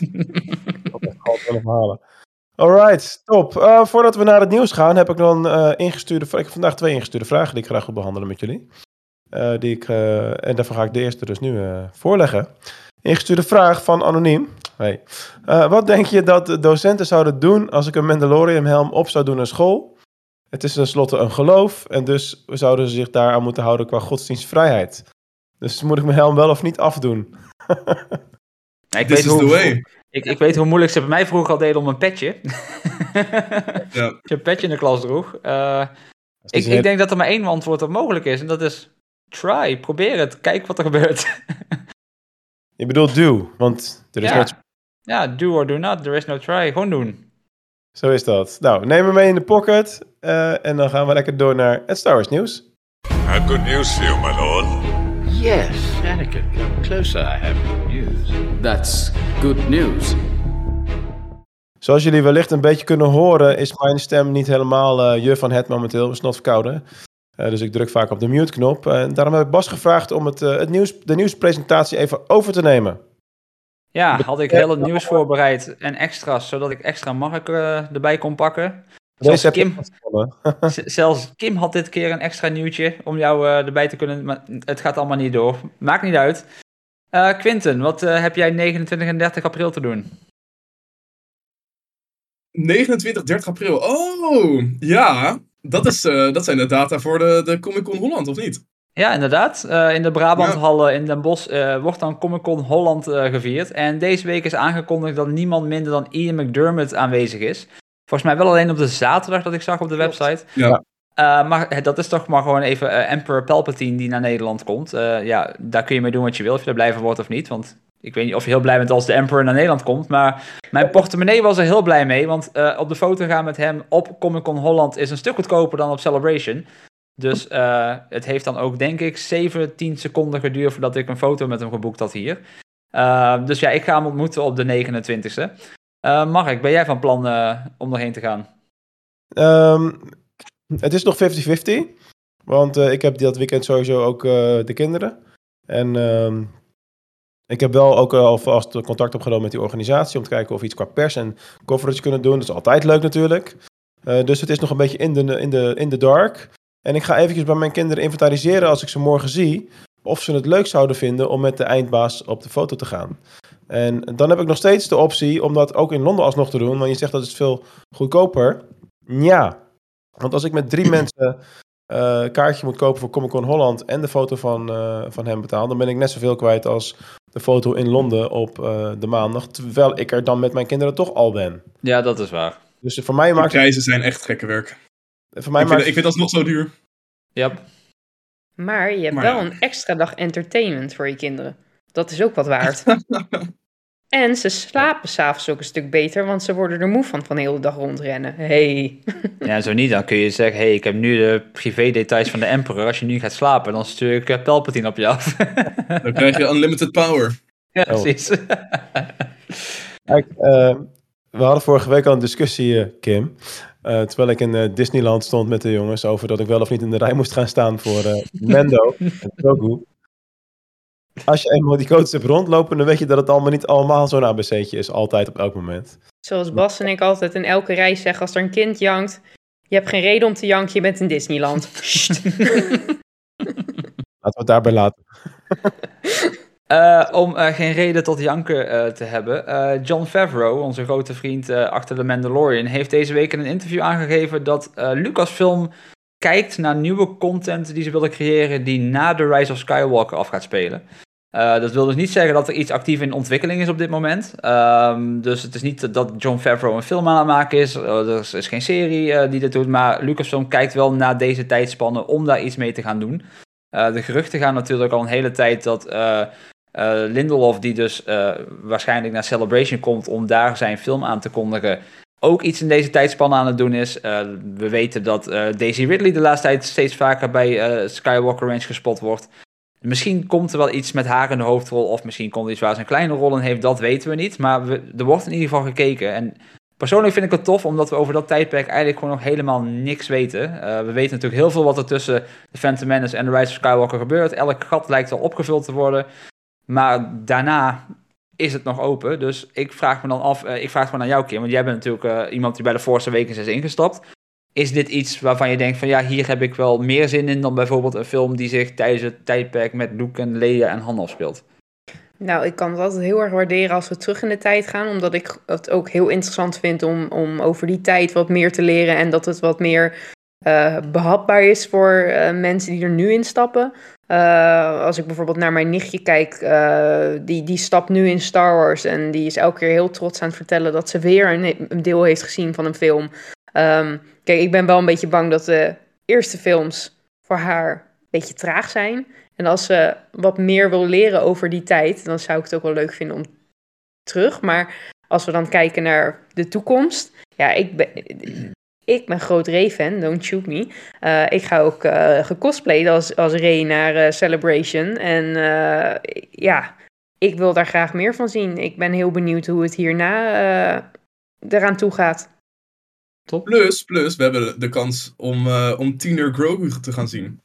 Alright, top. Uh, voordat we naar het nieuws gaan, heb ik dan uh, ingestuurde... Ik heb vandaag twee ingestuurde vragen die ik graag wil behandelen met jullie. Uh, die ik, uh, en daarvan ga ik de eerste dus nu uh, voorleggen. Ingestuurde vraag van Anoniem. Hey. Uh, wat denk je dat de docenten zouden doen als ik een Mandalorian helm op zou doen naar school? Het is tenslotte een geloof en dus zouden ze zich daaraan moeten houden qua godsdienstvrijheid. Dus moet ik mijn helm wel of niet afdoen? Ja, ik, This weet is hoe, the way. ik, ik weet hoe moeilijk ze bij mij vroeger al deden om een petje. Ja. Als je een petje in de klas droeg. Uh, ik, heel... ik denk dat er maar één antwoord op mogelijk is en dat is try, probeer het, kijk wat er gebeurt. Je bedoelt do, want er is Ja. nooit... Ja, do or do not, there is no try, gewoon doen. Zo is dat. Nou, neem me mee in de pocket uh, en dan gaan we lekker door naar het Star Wars nieuws. I have good news for you, my lord. Yes, Anakin, come closer. I have good news. That's good news. Zoals jullie wellicht een beetje kunnen horen, is mijn stem niet helemaal uh, je van het momenteel. We snot verkouden. Uh, dus ik druk vaak op de mute-knop. Uh, en daarom heb ik Bas gevraagd om het, uh, het nieuws, de nieuwspresentatie even over te nemen. Ja, had ik heel het nieuws voorbereid en extra's, zodat ik extra mark uh, erbij kon pakken. Zelfs Deze Kim, heb z- zelfs Kim had dit keer een extra nieuwtje om jou uh, erbij te kunnen, maar het gaat allemaal niet door. Maakt niet uit. Uh, Quinten, wat uh, heb jij negenentwintig en dertig april te doen? negenentwintig, dertig april. Oh, ja. Dat, is, uh, dat zijn de data voor de, de Comic-Con Holland, of niet? Ja, inderdaad. Uh, in de Brabanthallen in Den Bosch uh, wordt dan Comic-Con Holland uh, gevierd. En deze week is aangekondigd dat niemand minder dan Ian McDiarmid aanwezig is. Volgens mij wel alleen op de zaterdag dat ik zag op de website. Ja. Uh, maar dat is toch maar gewoon even uh, Emperor Palpatine die naar Nederland komt. Uh, ja, daar kun je mee doen wat je wil, of je er blij van wordt of niet. Want ik weet niet of je heel blij bent als de Emperor naar Nederland komt. Maar mijn portemonnee was er heel blij mee. Want uh, op de foto gaan met hem op Comic-Con Holland is een stuk goedkoper dan op Celebration. Dus uh, het heeft dan ook, denk ik, zeventien seconden geduurd voordat ik een foto met hem geboekt had hier. Uh, dus ja, ik ga hem ontmoeten op de negenentwintigste. Uh, Mark, ben jij van plan uh, om erheen te gaan? Um, het is nog vijftig vijftig. Want uh, ik heb dat weekend sowieso ook uh, de kinderen. En um, ik heb wel ook uh, alvast contact opgenomen met die organisatie om te kijken of we iets qua pers en coverage kunnen doen. Dat is altijd leuk natuurlijk. Uh, dus het is nog een beetje in de, in de, in de dark. En ik ga eventjes bij mijn kinderen inventariseren als ik ze morgen zie, of ze het leuk zouden vinden om met de eindbaas op de foto te gaan. En dan heb ik nog steeds de optie om dat ook in Londen alsnog te doen, want je zegt dat is veel goedkoper. Ja, want als ik met drie mensen uh, een kaartje moet kopen voor Comic-Con Holland en de foto van, uh, van hem betaal, dan ben ik net zoveel kwijt als de foto in Londen op uh, de maandag, terwijl ik er dan met mijn kinderen toch al ben. Ja, dat is waar. Dus voor mij De maakt prijzen zijn echt gekke werk. voor mij Ik maakt vind, ik vind dat nog zo duur. Yep. Maar je hebt Maar wel ja. een extra dag entertainment voor je kinderen. Dat is ook wat waard. En ze slapen s'avonds ook een stuk beter, want ze worden er moe van van de hele dag rondrennen. Hey. Ja, zo niet. Dan kun je zeggen, hey, ik heb nu de privé-details van de Emperor. Als je nu gaat slapen, dan stuur ik uh, Palpatine op je af. Dan krijg je unlimited power. Ja, Oh. precies. Kijk, uh, we hadden vorige week al een discussie, uh, Kim. Uh, terwijl ik in uh, Disneyland stond met de jongens over dat ik wel of niet in de rij moest gaan staan voor uh, Mando en Grogu. Als je eenmaal die codes hebt rondlopen, dan weet je dat het allemaal niet allemaal zo'n A B C'tje is, altijd op elk moment. Zoals Bas en ik altijd in elke reis zeggen, als er een kind jankt, Je hebt geen reden om te janken, je bent in Disneyland. Laten we het daarbij laten. Uh, om uh, geen reden tot janken uh, te hebben. Uh, Jon Favreau, onze grote vriend uh, achter The Mandalorian, heeft deze week in een interview aangegeven dat uh, Lucasfilm kijkt naar nieuwe content die ze willen creëren die na The Rise of Skywalker af gaat spelen. Uh, dat wil dus niet zeggen dat er iets actief in ontwikkeling is op dit moment. Um, dus het is niet dat Jon Favreau een film aan het maken is. Uh, er is geen serie uh, die dit doet, maar Lucasfilm kijkt wel naar deze tijdspannen om daar iets mee te gaan doen. Uh, de geruchten gaan natuurlijk al een hele tijd dat uh, uh, Lindelof, die dus uh, waarschijnlijk naar Celebration komt om daar zijn film aan te kondigen, ook iets in deze tijdspannen aan het doen is. Uh, we weten dat uh, Daisy Ridley de laatste tijd steeds vaker bij uh, Skywalker Ranch gespot wordt. Misschien komt er wel iets met haar in de hoofdrol, of misschien komt er iets waar ze een kleine rol in heeft, dat weten we niet. Maar we, er wordt in ieder geval gekeken. En persoonlijk vind ik het tof, omdat we over dat tijdperk eigenlijk gewoon nog helemaal niks weten. Uh, we weten natuurlijk heel veel wat er tussen The Phantom Menace en The Rise of Skywalker gebeurt. Elk gat lijkt al opgevuld te worden. Maar daarna is het nog open. Dus ik vraag me dan af, uh, ik vraag het gewoon aan jou, Kim, want jij bent natuurlijk uh, iemand die bij de Force Awakens is ingestapt. Is dit iets waarvan je denkt van ja, hier heb ik wel meer zin in dan bijvoorbeeld een film die zich tijdens het tijdperk met Luke en Leia en Han afspeelt? Nou, ik kan het altijd heel erg waarderen als we terug in de tijd gaan, omdat ik het ook heel interessant vind om, om over die tijd wat meer te leren en dat het wat meer uh, behapbaar is voor uh, mensen die er nu in stappen. Uh, als ik bijvoorbeeld naar mijn nichtje kijk, uh, die, die stapt nu in Star Wars en die is elke keer heel trots aan het vertellen dat ze weer een, een deel heeft gezien van een film. Um, kijk, ik ben wel een beetje bang dat de eerste films voor haar een beetje traag zijn. En als ze wat meer wil leren over die tijd, dan zou ik het ook wel leuk vinden om terug. Maar als we dan kijken naar de toekomst, ja, ik ben, ik ben groot Rey-fan, don't shoot me. Uh, ik ga ook uh, gecosplayed als, als Rey naar uh, Celebration. En uh, ja, ik wil daar graag meer van zien. Ik ben heel benieuwd hoe het hierna uh, eraan toe gaat. Top. Plus, plus, we hebben de kans om, uh, om tiener Grogu te gaan zien.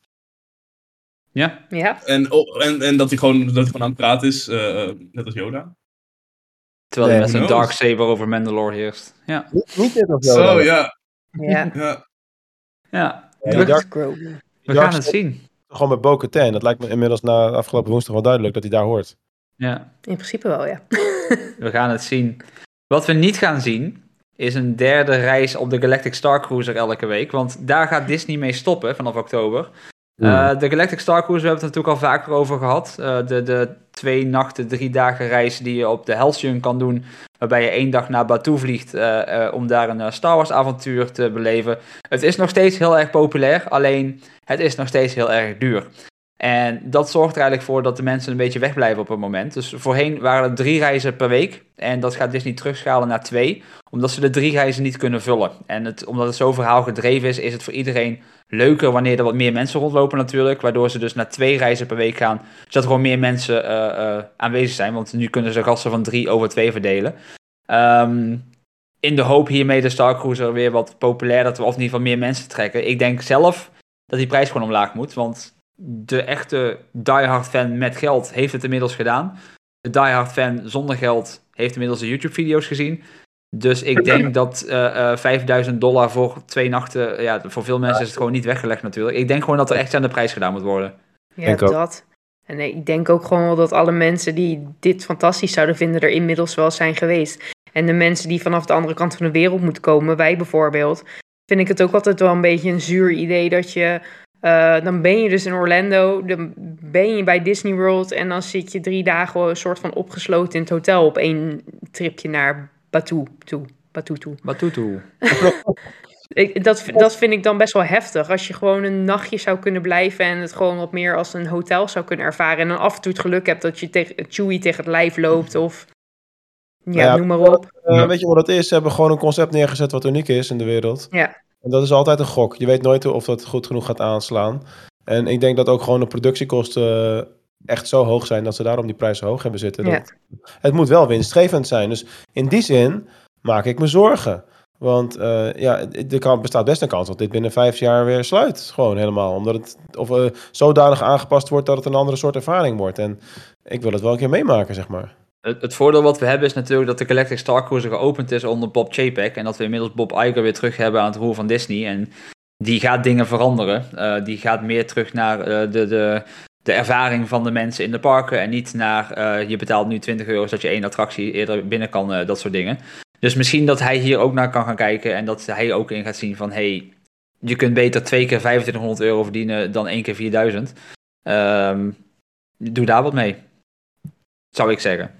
Ja. Ja. En, oh, en, en dat hij gewoon, dat hij gewoon aan het praten is, uh, net als Yoda. Terwijl hij Nee, met zijn who knows? Darksaber over Mandalore heerst. Ja. Niet, niet net als Yoda. Zo, ja. Ja. ja. Ja. Ja, die We, Dark- Grogu. we Dark gaan het Saber- zien. Gewoon met Bo-Katan. Dat lijkt me inmiddels na afgelopen woensdag wel duidelijk dat hij daar hoort. Ja. In principe wel, ja. We gaan het zien. Wat we niet gaan zien, is een derde reis op de Galactic Star Cruiser elke week. Want daar gaat Disney mee stoppen vanaf oktober. Uh, de Galactic Star Cruiser, we hebben het er natuurlijk al vaker over gehad. Uh, de, de twee nachten, drie dagen reis die je op de Halcyon kan doen. Waarbij je één dag naar Batuu vliegt uh, uh, om daar een uh, Star Wars avontuur te beleven. Het is nog steeds heel erg populair, alleen het is nog steeds heel erg duur. En dat zorgt er eigenlijk voor dat de mensen een beetje wegblijven op het moment. Dus voorheen waren er drie reizen per week. En dat gaat Disney terugschalen naar twee. Omdat ze de drie reizen niet kunnen vullen. En het, omdat het zo verhaal gedreven is, is het voor iedereen leuker wanneer er wat meer mensen rondlopen natuurlijk. Waardoor ze dus naar twee reizen per week gaan. Zodat er gewoon meer mensen uh, uh, aanwezig zijn. Want nu kunnen ze gasten van drie over twee verdelen. Um, in de hoop hiermee de Star Cruiser weer wat populairder te, of in ieder geval meer mensen te trekken. Ik denk zelf dat die prijs gewoon omlaag moet. Want de echte diehard fan met geld heeft het inmiddels gedaan. De diehard fan zonder geld heeft inmiddels de YouTube-video's gezien. Dus ik denk dat uh, uh, vijfduizend dollar voor twee nachten... Ja, voor veel mensen is het gewoon niet weggelegd natuurlijk. Ik denk gewoon dat er echt aan de prijs gedaan moet worden. Ja, Denk ook. dat. En nee, ik denk ook gewoon wel dat alle mensen die dit fantastisch zouden vinden er inmiddels wel zijn geweest. En de mensen die vanaf de andere kant van de wereld moeten komen, wij bijvoorbeeld, vind ik het ook altijd wel een beetje een zuur idee dat je... Uh, dan ben je dus in Orlando, dan ben je bij Disney World en dan zit je drie dagen een soort van opgesloten in het hotel op één tripje naar Batuu toe. Batuu toe. Batuu toe. Ik, dat, dat vind ik dan best wel heftig. Als je gewoon een nachtje zou kunnen blijven en het gewoon wat meer als een hotel zou kunnen ervaren. En dan af en toe het geluk hebt dat je tegen Chewie tegen het lijf loopt of ja, Nou ja, noem maar op. Uh, Ja. Weet je wat het is? Ze hebben gewoon een concept neergezet wat uniek is in de wereld. Ja. En dat is altijd een gok. Je weet nooit of dat goed genoeg gaat aanslaan. En ik denk dat ook gewoon de productiekosten uh, echt zo hoog zijn dat ze daarom die prijzen hoog hebben zitten. Ja. Dat, het moet wel winstgevend zijn. Dus in die zin maak ik me zorgen. Want uh, ja, er kan, bestaat best een kans dat dit binnen vijf jaar weer sluit. Gewoon helemaal. Omdat het of, uh, zodanig aangepast wordt dat het een andere soort ervaring wordt. En ik wil het wel een keer meemaken, zeg maar. Het, het voordeel wat we hebben is natuurlijk dat de Galactic Star Cruiser geopend is onder Bob Chapek. En dat we inmiddels Bob Iger weer terug hebben aan het roer van Disney. En die gaat dingen veranderen. Uh, die gaat meer terug naar uh, de, de, de ervaring van de mensen in de parken. En niet naar uh, je betaalt nu twintig euro zodat je één attractie eerder binnen kan. Uh, dat soort dingen. Dus misschien dat hij hier ook naar kan gaan kijken. En dat hij ook in gaat zien van... Hey, je kunt beter twee keer vijfentwintighonderd euro verdienen dan één keer vierduizend. Um, doe daar wat mee. Zou ik zeggen.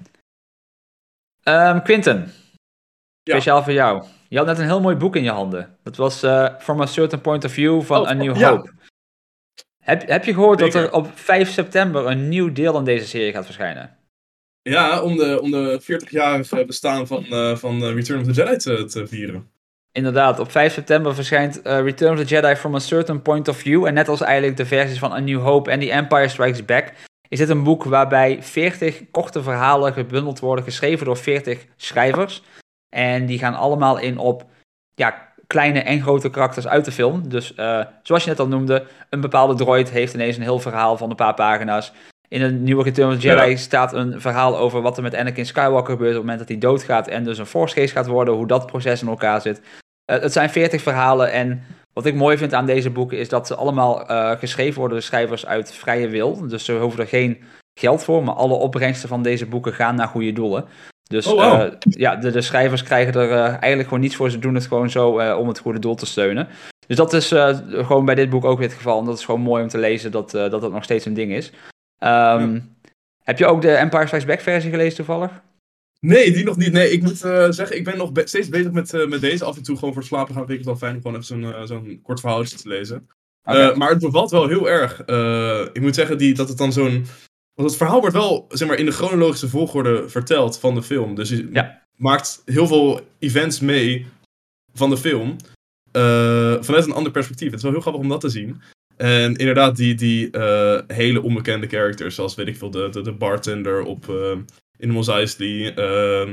Um, Quinten. Speciaal ja. voor jou. Je had net een heel mooi boek in je handen. Dat was uh, From a Certain Point of View van oh, A New ja. Hope. Heb, heb je gehoord Zeker. dat er op vijf september een nieuw deel aan deze serie gaat verschijnen? Ja, om de, om de veertigjarige bestaan van, uh, van uh, Return of the Jedi te, te vieren. Inderdaad, op vijf september verschijnt uh, Return of the Jedi From a Certain Point of View. En net als eigenlijk de versies van A New Hope en The Empire Strikes Back... is dit een boek waarbij veertig korte verhalen gebundeld worden, geschreven door veertig schrijvers. En die gaan allemaal in op ja, kleine en grote karakters uit de film. Dus uh, zoals je net al noemde, een bepaalde droid heeft ineens een heel verhaal van een paar pagina's. In een nieuwe Return of the Jedi ja. staat een verhaal over wat er met Anakin Skywalker gebeurt op het moment dat hij doodgaat en dus een Force Ghost gaat worden, hoe dat proces in elkaar zit. Uh, het zijn veertig verhalen en wat ik mooi vind aan deze boeken is dat ze allemaal uh, geschreven worden door schrijvers uit vrije wil. Dus ze hoeven er geen geld voor, maar alle opbrengsten van deze boeken gaan naar goede doelen. Dus oh, wow. uh, ja, de, de schrijvers krijgen er uh, eigenlijk gewoon niets voor. Ze doen het gewoon zo uh, om het goede doel te steunen. Dus dat is uh, gewoon bij dit boek ook weer het geval. En dat is gewoon mooi om te lezen dat uh, dat, dat nog steeds een ding is. Um, ja. Heb je ook de Empire Strikes Back versie gelezen toevallig? Nee, die nog niet. Nee, ik moet uh, zeggen, ik ben nog be- steeds bezig met, uh, met deze. Af en toe gewoon voor slapen gaan. Vind ik het wel fijn om gewoon even zo'n, uh, zo'n kort verhaaltje te lezen. Okay. Uh, maar het bevalt wel heel erg. Uh, ik moet zeggen die, dat het dan zo'n... Want het verhaal wordt wel, zeg maar, in de chronologische volgorde verteld van de film. Dus je ja. maakt heel veel events mee van de film. Uh, vanuit een ander perspectief. Het is wel heel grappig om dat te zien. En inderdaad, die, die uh, hele onbekende characters, zoals weet ik veel, de, de, de bartender op... Uh, in Mos Eisley. Uh,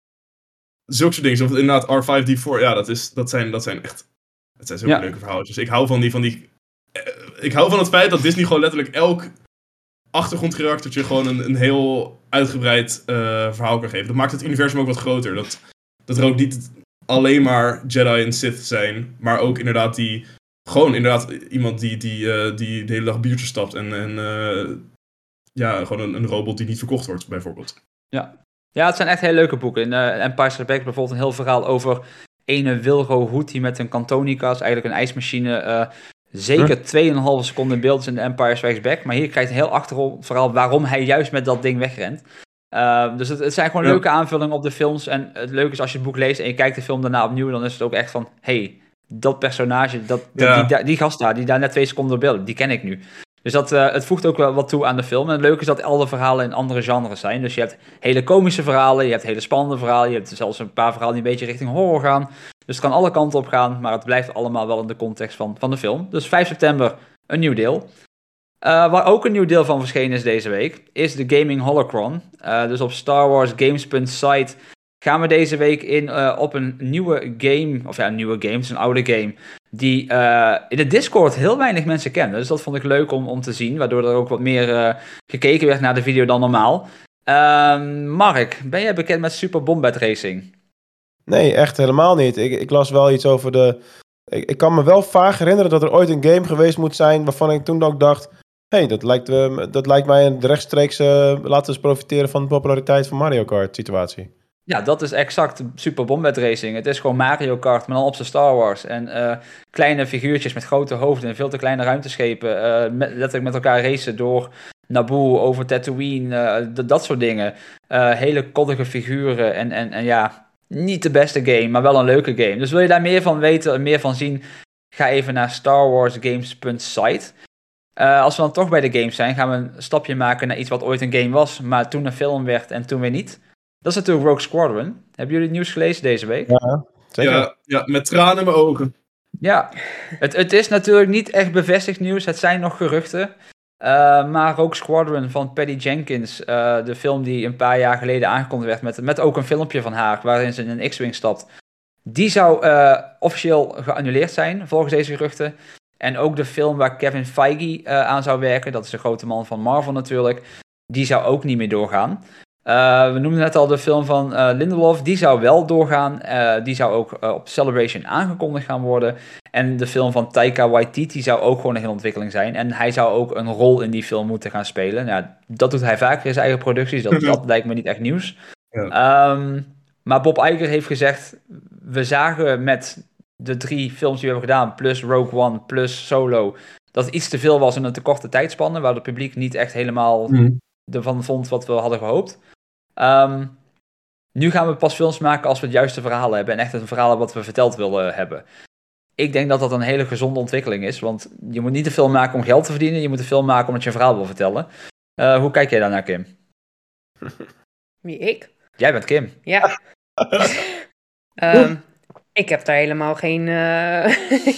zulke soort dingen. Of inderdaad R vijf D vier. Ja, dat, is, dat, zijn, dat zijn echt... Het zijn zulke ja. leuke verhaaltjes. Ik hou van die... Van die uh, ik hou van het feit dat Disney gewoon letterlijk elk achtergrondkaraktertje gewoon een, een heel uitgebreid uh, verhaal kan geven. Dat maakt het universum ook wat groter. Dat, dat er ook niet alleen maar Jedi en Sith zijn. Maar ook inderdaad die... Gewoon inderdaad iemand die, die, uh, die de hele dag biertjes stapt. En... en uh, ja, gewoon een, een robot die niet verkocht wordt, bijvoorbeeld. Ja, ja het zijn echt hele leuke boeken. In uh, Empire Strikes Back bijvoorbeeld een heel verhaal over ene Wilro Hood die met een Cantonicas, eigenlijk een ijsmachine, uh, zeker twee komma vijf seconden in beeld is in de Empire Strikes Back. Maar hier krijgt een heel achtergrond verhaal waarom hij juist met dat ding wegrent. Uh, dus het, het zijn gewoon ja. leuke aanvullingen op de films. En het leuke is als je het boek leest en je kijkt de film daarna opnieuw, dan is het ook echt van, hey, dat personage, dat, dat, ja. die, die gast daar, die daar net twee seconden in beeld, die ken ik nu. Dus dat, uh, het voegt ook wel wat toe aan de film. En het leuke is dat alle verhalen in andere genres zijn. Dus je hebt hele komische verhalen, je hebt hele spannende verhalen, je hebt zelfs een paar verhalen die een beetje richting horror gaan. Dus het kan alle kanten op gaan, maar het blijft allemaal wel in de context van, van de film. Dus vijf september, een nieuw deel. Uh, waar ook een nieuw deel van verschenen is deze week, is de Gaming Holocron. Uh, dus op Star Wars Games punt site gaan we deze week in uh, op een nieuwe game, of ja, een nieuwe game, het is een oude game, die uh, in de Discord heel weinig mensen kennen. Dus dat vond ik leuk om, om te zien, waardoor er ook wat meer uh, gekeken werd naar de video dan normaal. Uh, Mark, ben jij bekend met Super Bombad Racing? Nee, echt helemaal niet. Ik, ik las wel iets over de... Ik, ik kan me wel vaag herinneren dat er ooit een game geweest moet zijn waarvan ik toen ook dacht, hé, hey, dat, lijkt, uh, dat lijkt mij een rechtstreeks uh, laten we eens profiteren van de populariteit van Mario Kart situatie. Ja, dat is exact Super Bombad Racing. Het is gewoon Mario Kart, maar dan op zijn Star Wars. En uh, kleine figuurtjes met grote hoofden en veel te kleine ruimteschepen. Uh, met, letterlijk met elkaar racen door Naboo, over Tatooine, uh, d- dat soort dingen. Uh, hele koddige figuren en, en, en ja, niet de beste game, maar wel een leuke game. Dus wil je daar meer van weten en meer van zien, ga even naar Star Wars Games punt site. Uh, als we dan toch bij de games zijn, gaan we een stapje maken naar iets wat ooit een game was, maar toen een film werd en toen weer niet. Dat is natuurlijk Rogue Squadron. Hebben jullie het nieuws gelezen deze week? Ja, zeker. Ja, ja, met tranen in mijn ogen. Ja, het, het is natuurlijk niet echt bevestigd nieuws. Het zijn nog geruchten. Uh, maar Rogue Squadron van Patty Jenkins, uh, de film die een paar jaar geleden aangekondigd werd, met, met ook een filmpje van haar, waarin ze in een X-Wing stapt, die zou uh, officieel geannuleerd zijn, volgens deze geruchten. En ook de film waar Kevin Feige uh, aan zou werken, dat is de grote man van Marvel natuurlijk, die zou ook niet meer doorgaan. Uh, we noemden net al de film van uh, Lindelof. Die zou wel doorgaan. Uh, die zou ook uh, op Celebration aangekondigd gaan worden. En de film van Taika Waititi zou ook gewoon in ontwikkeling zijn. En hij zou ook een rol in die film moeten gaan spelen. Nou, dat doet hij vaker in zijn eigen producties. Dat, dat lijkt me niet echt nieuws. Ja. Um, maar Bob Iger heeft gezegd... We zagen met de drie films die we hebben gedaan... plus Rogue One, plus Solo... dat het iets te veel was in een te korte tijdspanne... waar het publiek niet echt helemaal mm. ervan vond wat we hadden gehoopt. Um, nu gaan we pas films maken als we het juiste verhaal hebben... en echt een verhaal wat we verteld willen hebben. Ik denk dat dat een hele gezonde ontwikkeling is... want je moet niet een film maken om geld te verdienen... je moet een film maken omdat je een verhaal wil vertellen. Uh, hoe kijk jij daarnaar, Kim? Wie, ik? Jij bent Kim. Ja. um, ik heb daar helemaal geen... Uh...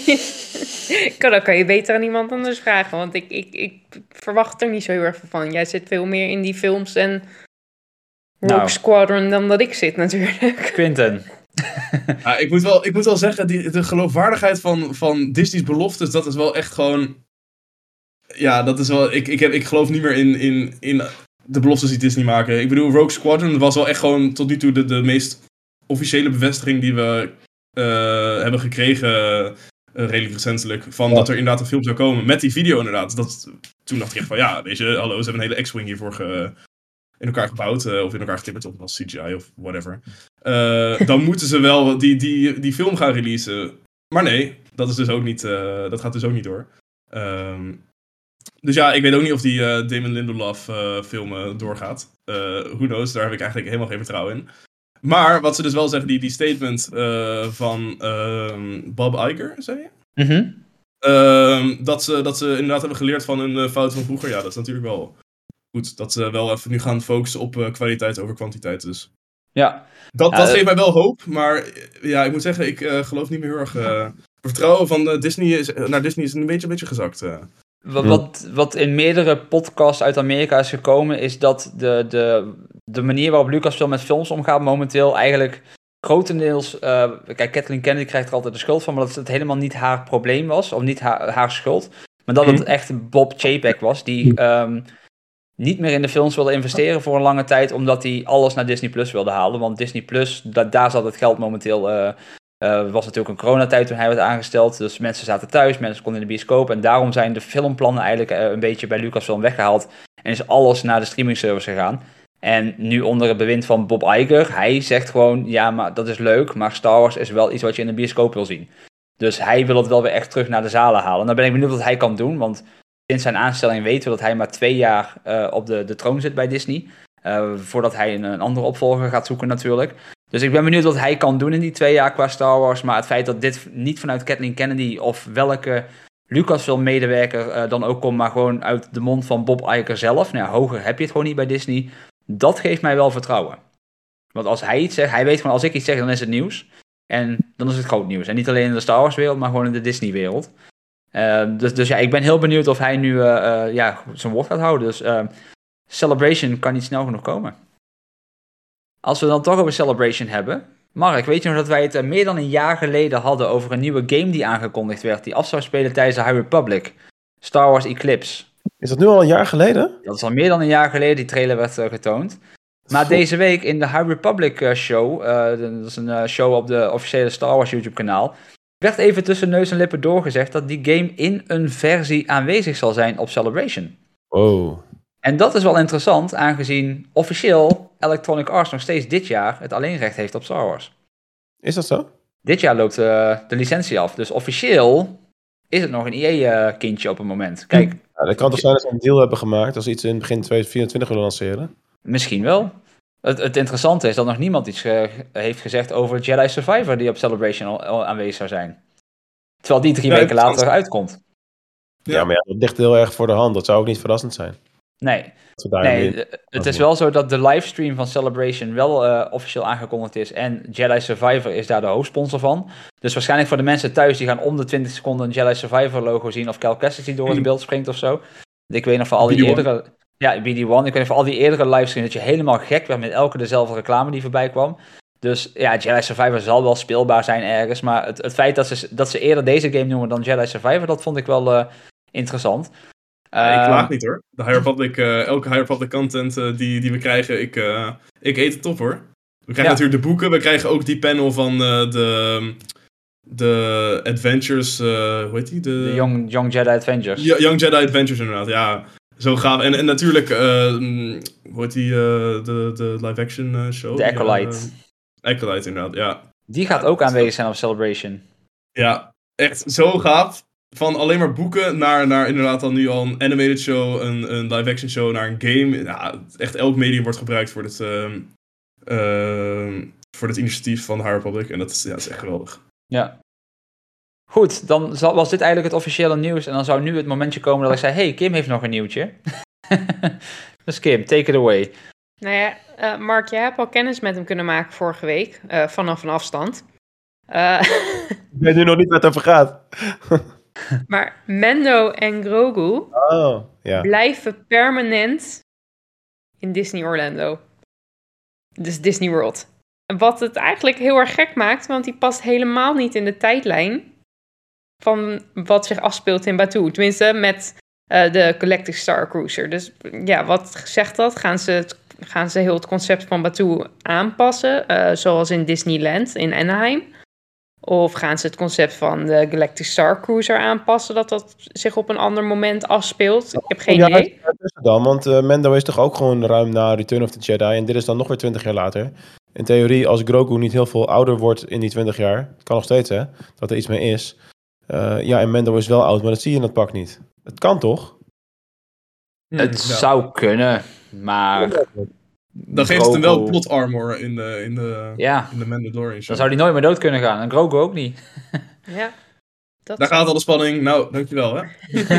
Dan kan je beter aan iemand anders vragen... want ik, ik, ik verwacht er niet zo heel erg van. Jij zit veel meer in die films en... Rogue nou. Squadron dan dat ik zit natuurlijk. Quinten. Ja, ik, moet wel, ik moet wel zeggen, die, de geloofwaardigheid van, van Disney's beloftes, dat is wel echt gewoon... Ja, dat is wel... Ik, ik, heb, ik geloof niet meer in, in, in de beloftes die Disney maken. Ik bedoel, Rogue Squadron was wel echt gewoon tot nu toe de, de meest officiële bevestiging die we uh, hebben gekregen, uh, redelijk recentelijk, van ja. dat er inderdaad een film zou komen. Met die video inderdaad. Dat, toen dacht ik echt van, ja, weet je, hallo, ze hebben een hele X-Wing hiervoor ge... in elkaar gebouwd, uh, of in elkaar getimmerd, of als C G I of whatever. Uh, dan moeten ze wel die, die, die film gaan releasen. Maar nee, dat is dus ook niet, uh, dat gaat dus ook niet door. Um, dus ja, ik weet ook niet of die uh, Damon Lindelof uh, film uh, doorgaat. Uh, who knows, daar heb ik eigenlijk helemaal geen vertrouwen in. Maar wat ze dus wel zeggen, die, die statement uh, van uh, Bob Iger, zei je? Mm-hmm. Uh, dat, ze, dat ze inderdaad hebben geleerd van hun uh, fout van vroeger. Ja, dat is natuurlijk wel... Goed, dat ze wel even nu gaan focussen op uh, kwaliteit over kwantiteit. Dus. Ja. Dat, dat uh, geeft mij wel hoop. Maar ja, ik moet zeggen, ik uh, geloof niet meer heel erg... Uh, vertrouwen van uh, Disney is, uh, naar Disney is een beetje, een beetje gezakt. Uh. Wat, wat, wat in meerdere podcasts uit Amerika is gekomen... is dat de, de, de manier waarop Lucasfilm met films omgaat momenteel... eigenlijk grotendeels... Uh, kijk, Kathleen Kennedy krijgt er altijd de schuld van... maar dat het helemaal niet haar probleem was. Of niet haar, haar schuld. Maar dat het echt Bob Chapek was... die... Um, niet meer in de films wilde investeren voor een lange tijd... omdat hij alles naar Disney Plus wilde halen. Want Disney Plus, da- daar zat het geld momenteel... Uh, uh, was natuurlijk een coronatijd toen hij werd aangesteld. Dus mensen zaten thuis, mensen konden in de bioscoop... en daarom zijn de filmplannen eigenlijk uh, een beetje bij Lucasfilm weggehaald... en is alles naar de streamingservice gegaan. En nu onder het bewind van Bob Iger... hij zegt gewoon, ja, maar dat is leuk... maar Star Wars is wel iets wat je in de bioscoop wil zien. Dus hij wil het wel weer echt terug naar de zalen halen. Dan ben ik benieuwd wat hij kan doen, want... Sinds zijn aanstelling weten we dat hij maar twee jaar uh, op de, de troon zit bij Disney. Uh, voordat hij een, een andere opvolger gaat zoeken natuurlijk. Dus ik ben benieuwd wat hij kan doen in die twee jaar qua Star Wars. Maar het feit dat dit niet vanuit Kathleen Kennedy of welke Lucasfilm medewerker uh, dan ook komt... maar gewoon uit de mond van Bob Iger zelf. Nou ja, hoger heb je het gewoon niet bij Disney. Dat geeft mij wel vertrouwen. Want als hij iets zegt, hij weet gewoon als ik iets zeg dan is het nieuws. En dan is het groot nieuws. En niet alleen in de Star Wars wereld, maar gewoon in de Disney wereld. Uh, dus, dus ja, ik ben heel benieuwd of hij nu uh, uh, ja, zijn woord gaat houden. Dus uh, Celebration kan niet snel genoeg komen. Als we dan toch over Celebration hebben. Mark, weet je nog dat wij het uh, meer dan een jaar geleden hadden over een nieuwe game die aangekondigd werd. Die af zou spelen tijdens de High Republic. Star Wars Eclipse. Is dat nu al een jaar geleden? Dat is al meer dan een jaar geleden die trailer werd uh, getoond. Maar deze week in de High Republic uh, show. Uh, dat is een uh, show op de officiële Star Wars YouTube kanaal. Werd even tussen neus en lippen doorgezegd dat die game in een versie aanwezig zal zijn op Celebration. Oh. En dat is wel interessant, aangezien officieel Electronic Arts nog steeds dit jaar het alleenrecht heeft op Star Wars. Is dat zo? Dit jaar loopt uh, de licentie af, dus officieel is het nog een E A-kindje op het moment. Kijk. Ja, dat kan toch zijn dat ze een deal hebben gemaakt als ze iets in begin tweeduizend vierentwintig willen lanceren? Misschien wel. Het, het interessante is dat nog niemand iets ge- heeft gezegd over Jedi Survivor die op Celebration al, al aanwezig zou zijn. Terwijl die drie ja, weken later uitkomt. Ja, ja, maar ja, dat ligt heel erg voor de hand. Dat zou ook niet verrassend zijn. Nee, nee het is wel zo dat de livestream van Celebration wel uh, officieel aangekondigd is. En Jedi Survivor is daar de hoofdsponsor van. Dus waarschijnlijk voor de mensen thuis die gaan om de twintig seconden een Jedi Survivor logo zien. Of Cal Kestis die door het beeld springt of zo. Ik weet nog van al die eerdere... Ja, B D one. Ik weet van al die eerdere livestreams dat je helemaal gek werd met elke dezelfde reclame die voorbij kwam. Dus ja, Jedi Survivor zal wel speelbaar zijn ergens. Maar het, het feit dat ze, dat ze eerder deze game noemen dan Jedi Survivor, dat vond ik wel uh, interessant. Ja, ik Ehm, klaag niet hoor. De High Republic, uh, elke High Republic content uh, die, die we krijgen, ik, uh, ik eet het op hoor. We krijgen Ja. natuurlijk de boeken, we krijgen ook die panel van uh, de, de Adventures, uh, hoe heet die? De, De Young, Young Jedi Adventures. Ja, Young Jedi Adventures inderdaad, ja. Zo gaaf. En, en natuurlijk, uh, hoe heet die, uh, de, de live-action uh, show? De Acolyte. Uh, Acolyte inderdaad, ja. Die gaat Ja, ook dat- aanwezig zijn op Celebration. Ja, echt zo gaaf. Van alleen maar boeken naar, naar inderdaad dan nu al een animated show, een, een live-action show, naar een game. Ja, echt elk medium wordt gebruikt voor dit, uh, uh, voor dit initiatief van High Republic. En dat is, ja, dat is echt geweldig. Ja. Goed, dan zal- was dit eigenlijk het officiële nieuws. En dan zou nu het momentje komen dat ik zei... Hey, Kim heeft nog een nieuwtje. Dus Kim, take it away. Nou ja, eh, Mark, jij hebt al kennis met hem kunnen maken vorige week. eh, vanaf een afstand. Eh, Ik weet nu nog niet waar het over gaat. maar Mendo en Grogu Oh, ja. blijven permanent in Disney Orlando. Dus Disney World. Wat het eigenlijk heel erg gek maakt, want die past helemaal niet in de tijdlijn van wat zich afspeelt in Batuu. Tenminste, met uh, de Galactic Star Cruiser. Dus ja, wat zegt dat? Gaan ze, het, gaan ze heel het concept van Batuu aanpassen, uh, zoals in Disneyland in Anaheim? Of gaan ze het concept van de Galactic Star Cruiser aanpassen, dat dat zich op een ander moment afspeelt? Ik heb geen ja, idee. wat is het dan? Want uh, Mendo is toch ook gewoon ruim na Return of the Jedi. En dit is dan nog weer twintig jaar later. In theorie, als Grogu niet heel veel ouder wordt in die twintig jaar... Het kan nog steeds, hè? Dat er iets mee is. Uh, ja, en Mendo is wel oud, maar dat zie je in dat pak niet. Het kan toch? Het Ja. zou kunnen, maar... Dan geeft het hem wel Grogu- plot armor in de, in de, Ja, in de Mandalorian show. dan zou die nooit meer dood kunnen gaan. En Grogu ook niet. Ja, dat Daar gaat al de spanning. Nou, dankjewel hè.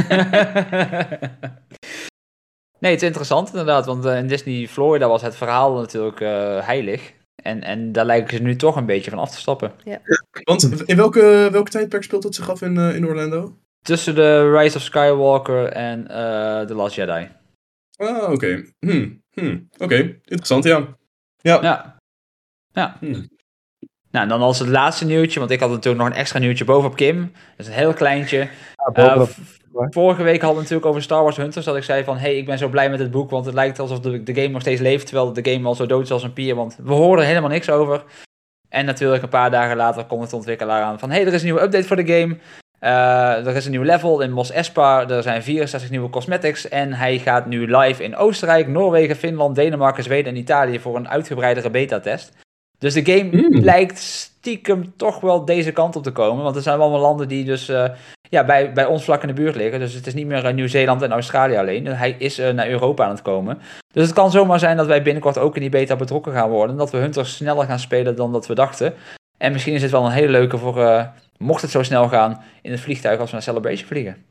Nee, het is interessant inderdaad, want uh, in Disney Florida was het verhaal natuurlijk uh, heilig. En, en daar lijken ze nu toch een beetje van af te stappen. Want in welke, welke tijdperk speelt het zich af in, uh, in Orlando? Tussen de Rise of Skywalker en uh, The Last Jedi. Ah, oké. Okay. Hmm. Hmm. Oké, okay. Interessant, ja. Ja. Ja. Ja. Hmm. Nou, en dan als het laatste nieuwtje, want ik had natuurlijk nog een extra nieuwtje bovenop Kim. Dat is een heel kleintje. Ja, bovenop- Uh, v- vorige week hadden we natuurlijk over Star Wars Hunters, dat ik zei van, hey, ik ben zo blij met het boek, want het lijkt alsof de, de game nog steeds leeft, terwijl de game al zo dood is als een pier, want we horen er helemaal niks over. En natuurlijk een paar dagen later komt de ontwikkelaar aan van, hey, er is een nieuwe update voor de game. Uh, er is een nieuw level in Mos Espa, er zijn vierenzestig nieuwe cosmetics en hij gaat nu live in Oostenrijk, Noorwegen, Finland, Denemarken, Zweden en Italië voor een uitgebreidere beta-test. Dus de game Mm. lijkt stiekem toch wel deze kant op te komen, want er zijn allemaal landen die dus uh, ja, bij, bij ons vlak in de buurt liggen. Dus het is niet meer uh, Nieuw-Zeeland en Australië alleen. Hij is uh, naar Europa aan het komen. Dus het kan zomaar zijn dat wij binnenkort ook in die beta betrokken gaan worden. Dat we Hunters sneller gaan spelen dan dat we dachten. En misschien is het wel een hele leuke voor, uh, mocht het zo snel gaan, in het vliegtuig als we naar Celebration vliegen.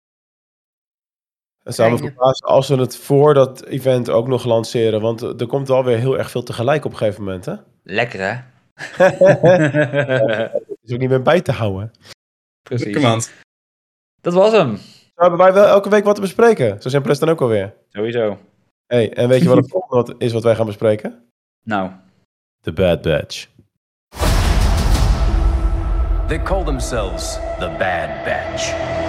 Het zou me Fijn, ja. verbazen als ze het voor dat event ook nog lanceren. Want er komt wel weer heel erg veel tegelijk op een gegeven moment, hè? Lekker hè? Het is ook niet meer bij te houden. Precies. Come on. Dat was hem. Zo hebben wij wel elke week wat te bespreken. Zo simpel is het dan ook alweer. Sowieso. Hey, en weet je wat het volgende wat is wat wij gaan bespreken? Nou, The Bad Batch. They call themselves the Bad Batch.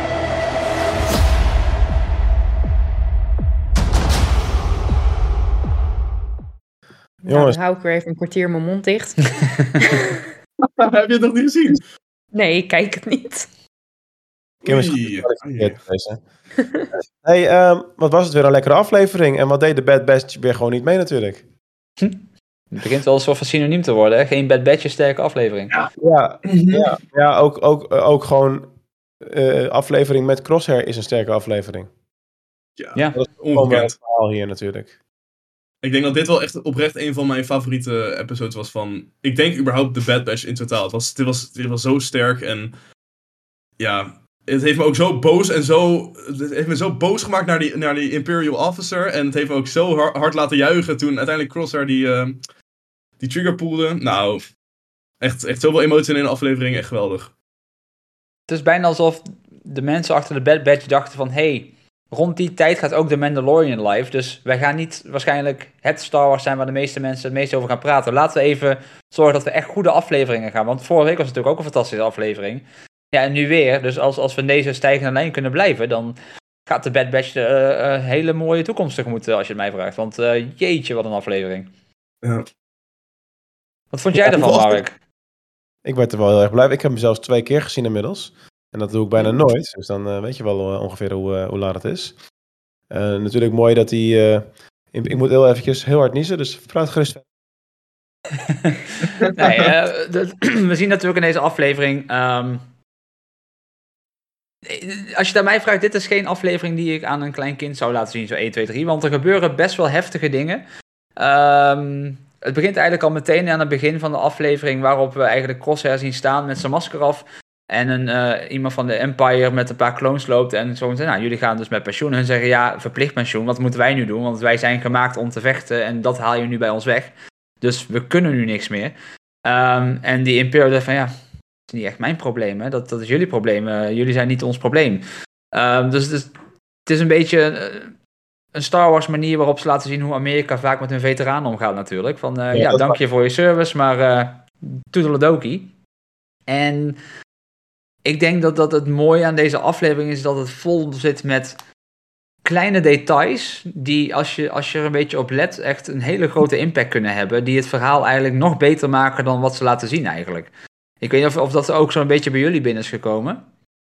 Nou, Jongens. dan hou ik weer even een kwartier mijn mond dicht. Heb je het nog niet gezien? Nee, ik kijk het niet. Kim is Oei. gekwalificeerd geweest, hè? Hey, ehm, wat was het weer een lekkere aflevering. En wat deed de Bad Batch weer gewoon niet mee natuurlijk. het begint wel een soort van synoniem te worden. Hè? Geen Bad Batch, sterke aflevering. Ja. Ja, ja, ja ook, ook, ook gewoon uh, aflevering met Crosshair is een sterke aflevering. Ja, Ja. Dat is gewoon wel het ongekend. verhaal hier natuurlijk. Ik denk dat dit wel echt oprecht een van mijn favoriete episodes was van... Ik denk überhaupt de Bad Batch in totaal. Het was, dit, was, dit was zo sterk en... Ja, het heeft me ook zo boos en zo... Het heeft me zo boos gemaakt naar die, naar die Imperial Officer. En het heeft me ook zo hard, hard laten juichen toen uiteindelijk Crosshair die, uh, die trigger poelde. Nou, echt, echt zoveel emotie in een aflevering. Echt geweldig. Het is bijna alsof de mensen achter de Bad Batch dachten van... Hey, rond die tijd gaat ook de Mandalorian live. Dus wij gaan niet waarschijnlijk het Star Wars zijn waar de meeste mensen het meest over gaan praten. Laten we even zorgen dat we echt goede afleveringen gaan. Want vorige week was het natuurlijk ook een fantastische aflevering. Ja, en nu weer. Dus als, als we in deze stijgende lijn kunnen blijven, dan gaat de Bad Batch een uh, uh, hele mooie toekomst tegemoet, als je het mij vraagt. Want uh, jeetje, wat een aflevering. Ja. Wat vond jij ervan, Mark? Ik werd er wel heel erg blij. Ik heb hem zelfs twee keer gezien inmiddels. En dat doe ik bijna nooit. Dus dan uh, weet je wel uh, ongeveer hoe, uh, hoe laat het is. Uh, natuurlijk mooi dat hij... Uh, ik, ik moet heel eventjes heel hard niezen, dus praat gerust verder. nee, uh, dat, we zien natuurlijk in deze aflevering... Um, als je het aan mij vraagt, dit is geen aflevering die ik aan een klein kind zou laten zien, zo één, twee, drie. Want er gebeuren best wel heftige dingen. Um, het begint eigenlijk al meteen aan het begin van de aflevering, waarop we eigenlijk Crosshair zien staan met zijn masker af. En een, uh, iemand van de Empire met een paar clones loopt en zo. Nou, jullie gaan dus met pensioen. En hun zeggen, ja, verplicht pensioen, wat moeten wij nu doen? Want wij zijn gemaakt om te vechten en dat haal je nu bij ons weg. Dus we kunnen nu niks meer. Um, en die Imperial zegt van, ja, dat is niet echt mijn probleem, hè? Dat, dat is jullie probleem. Uh, jullie zijn niet ons probleem. Um, dus het is, het is een beetje uh, een Star Wars manier waarop ze laten zien hoe Amerika vaak met hun veteranen omgaat natuurlijk. Van, uh, ja, ja dank je voor je service, maar uh, toedeledokie. En ik denk dat, dat het mooie aan deze aflevering is dat het vol zit met kleine details die, als je, als je er een beetje op let, echt een hele grote impact kunnen hebben. Die het verhaal eigenlijk nog beter maken dan wat ze laten zien eigenlijk. Ik weet niet of, of dat ook zo'n beetje bij jullie binnen is gekomen.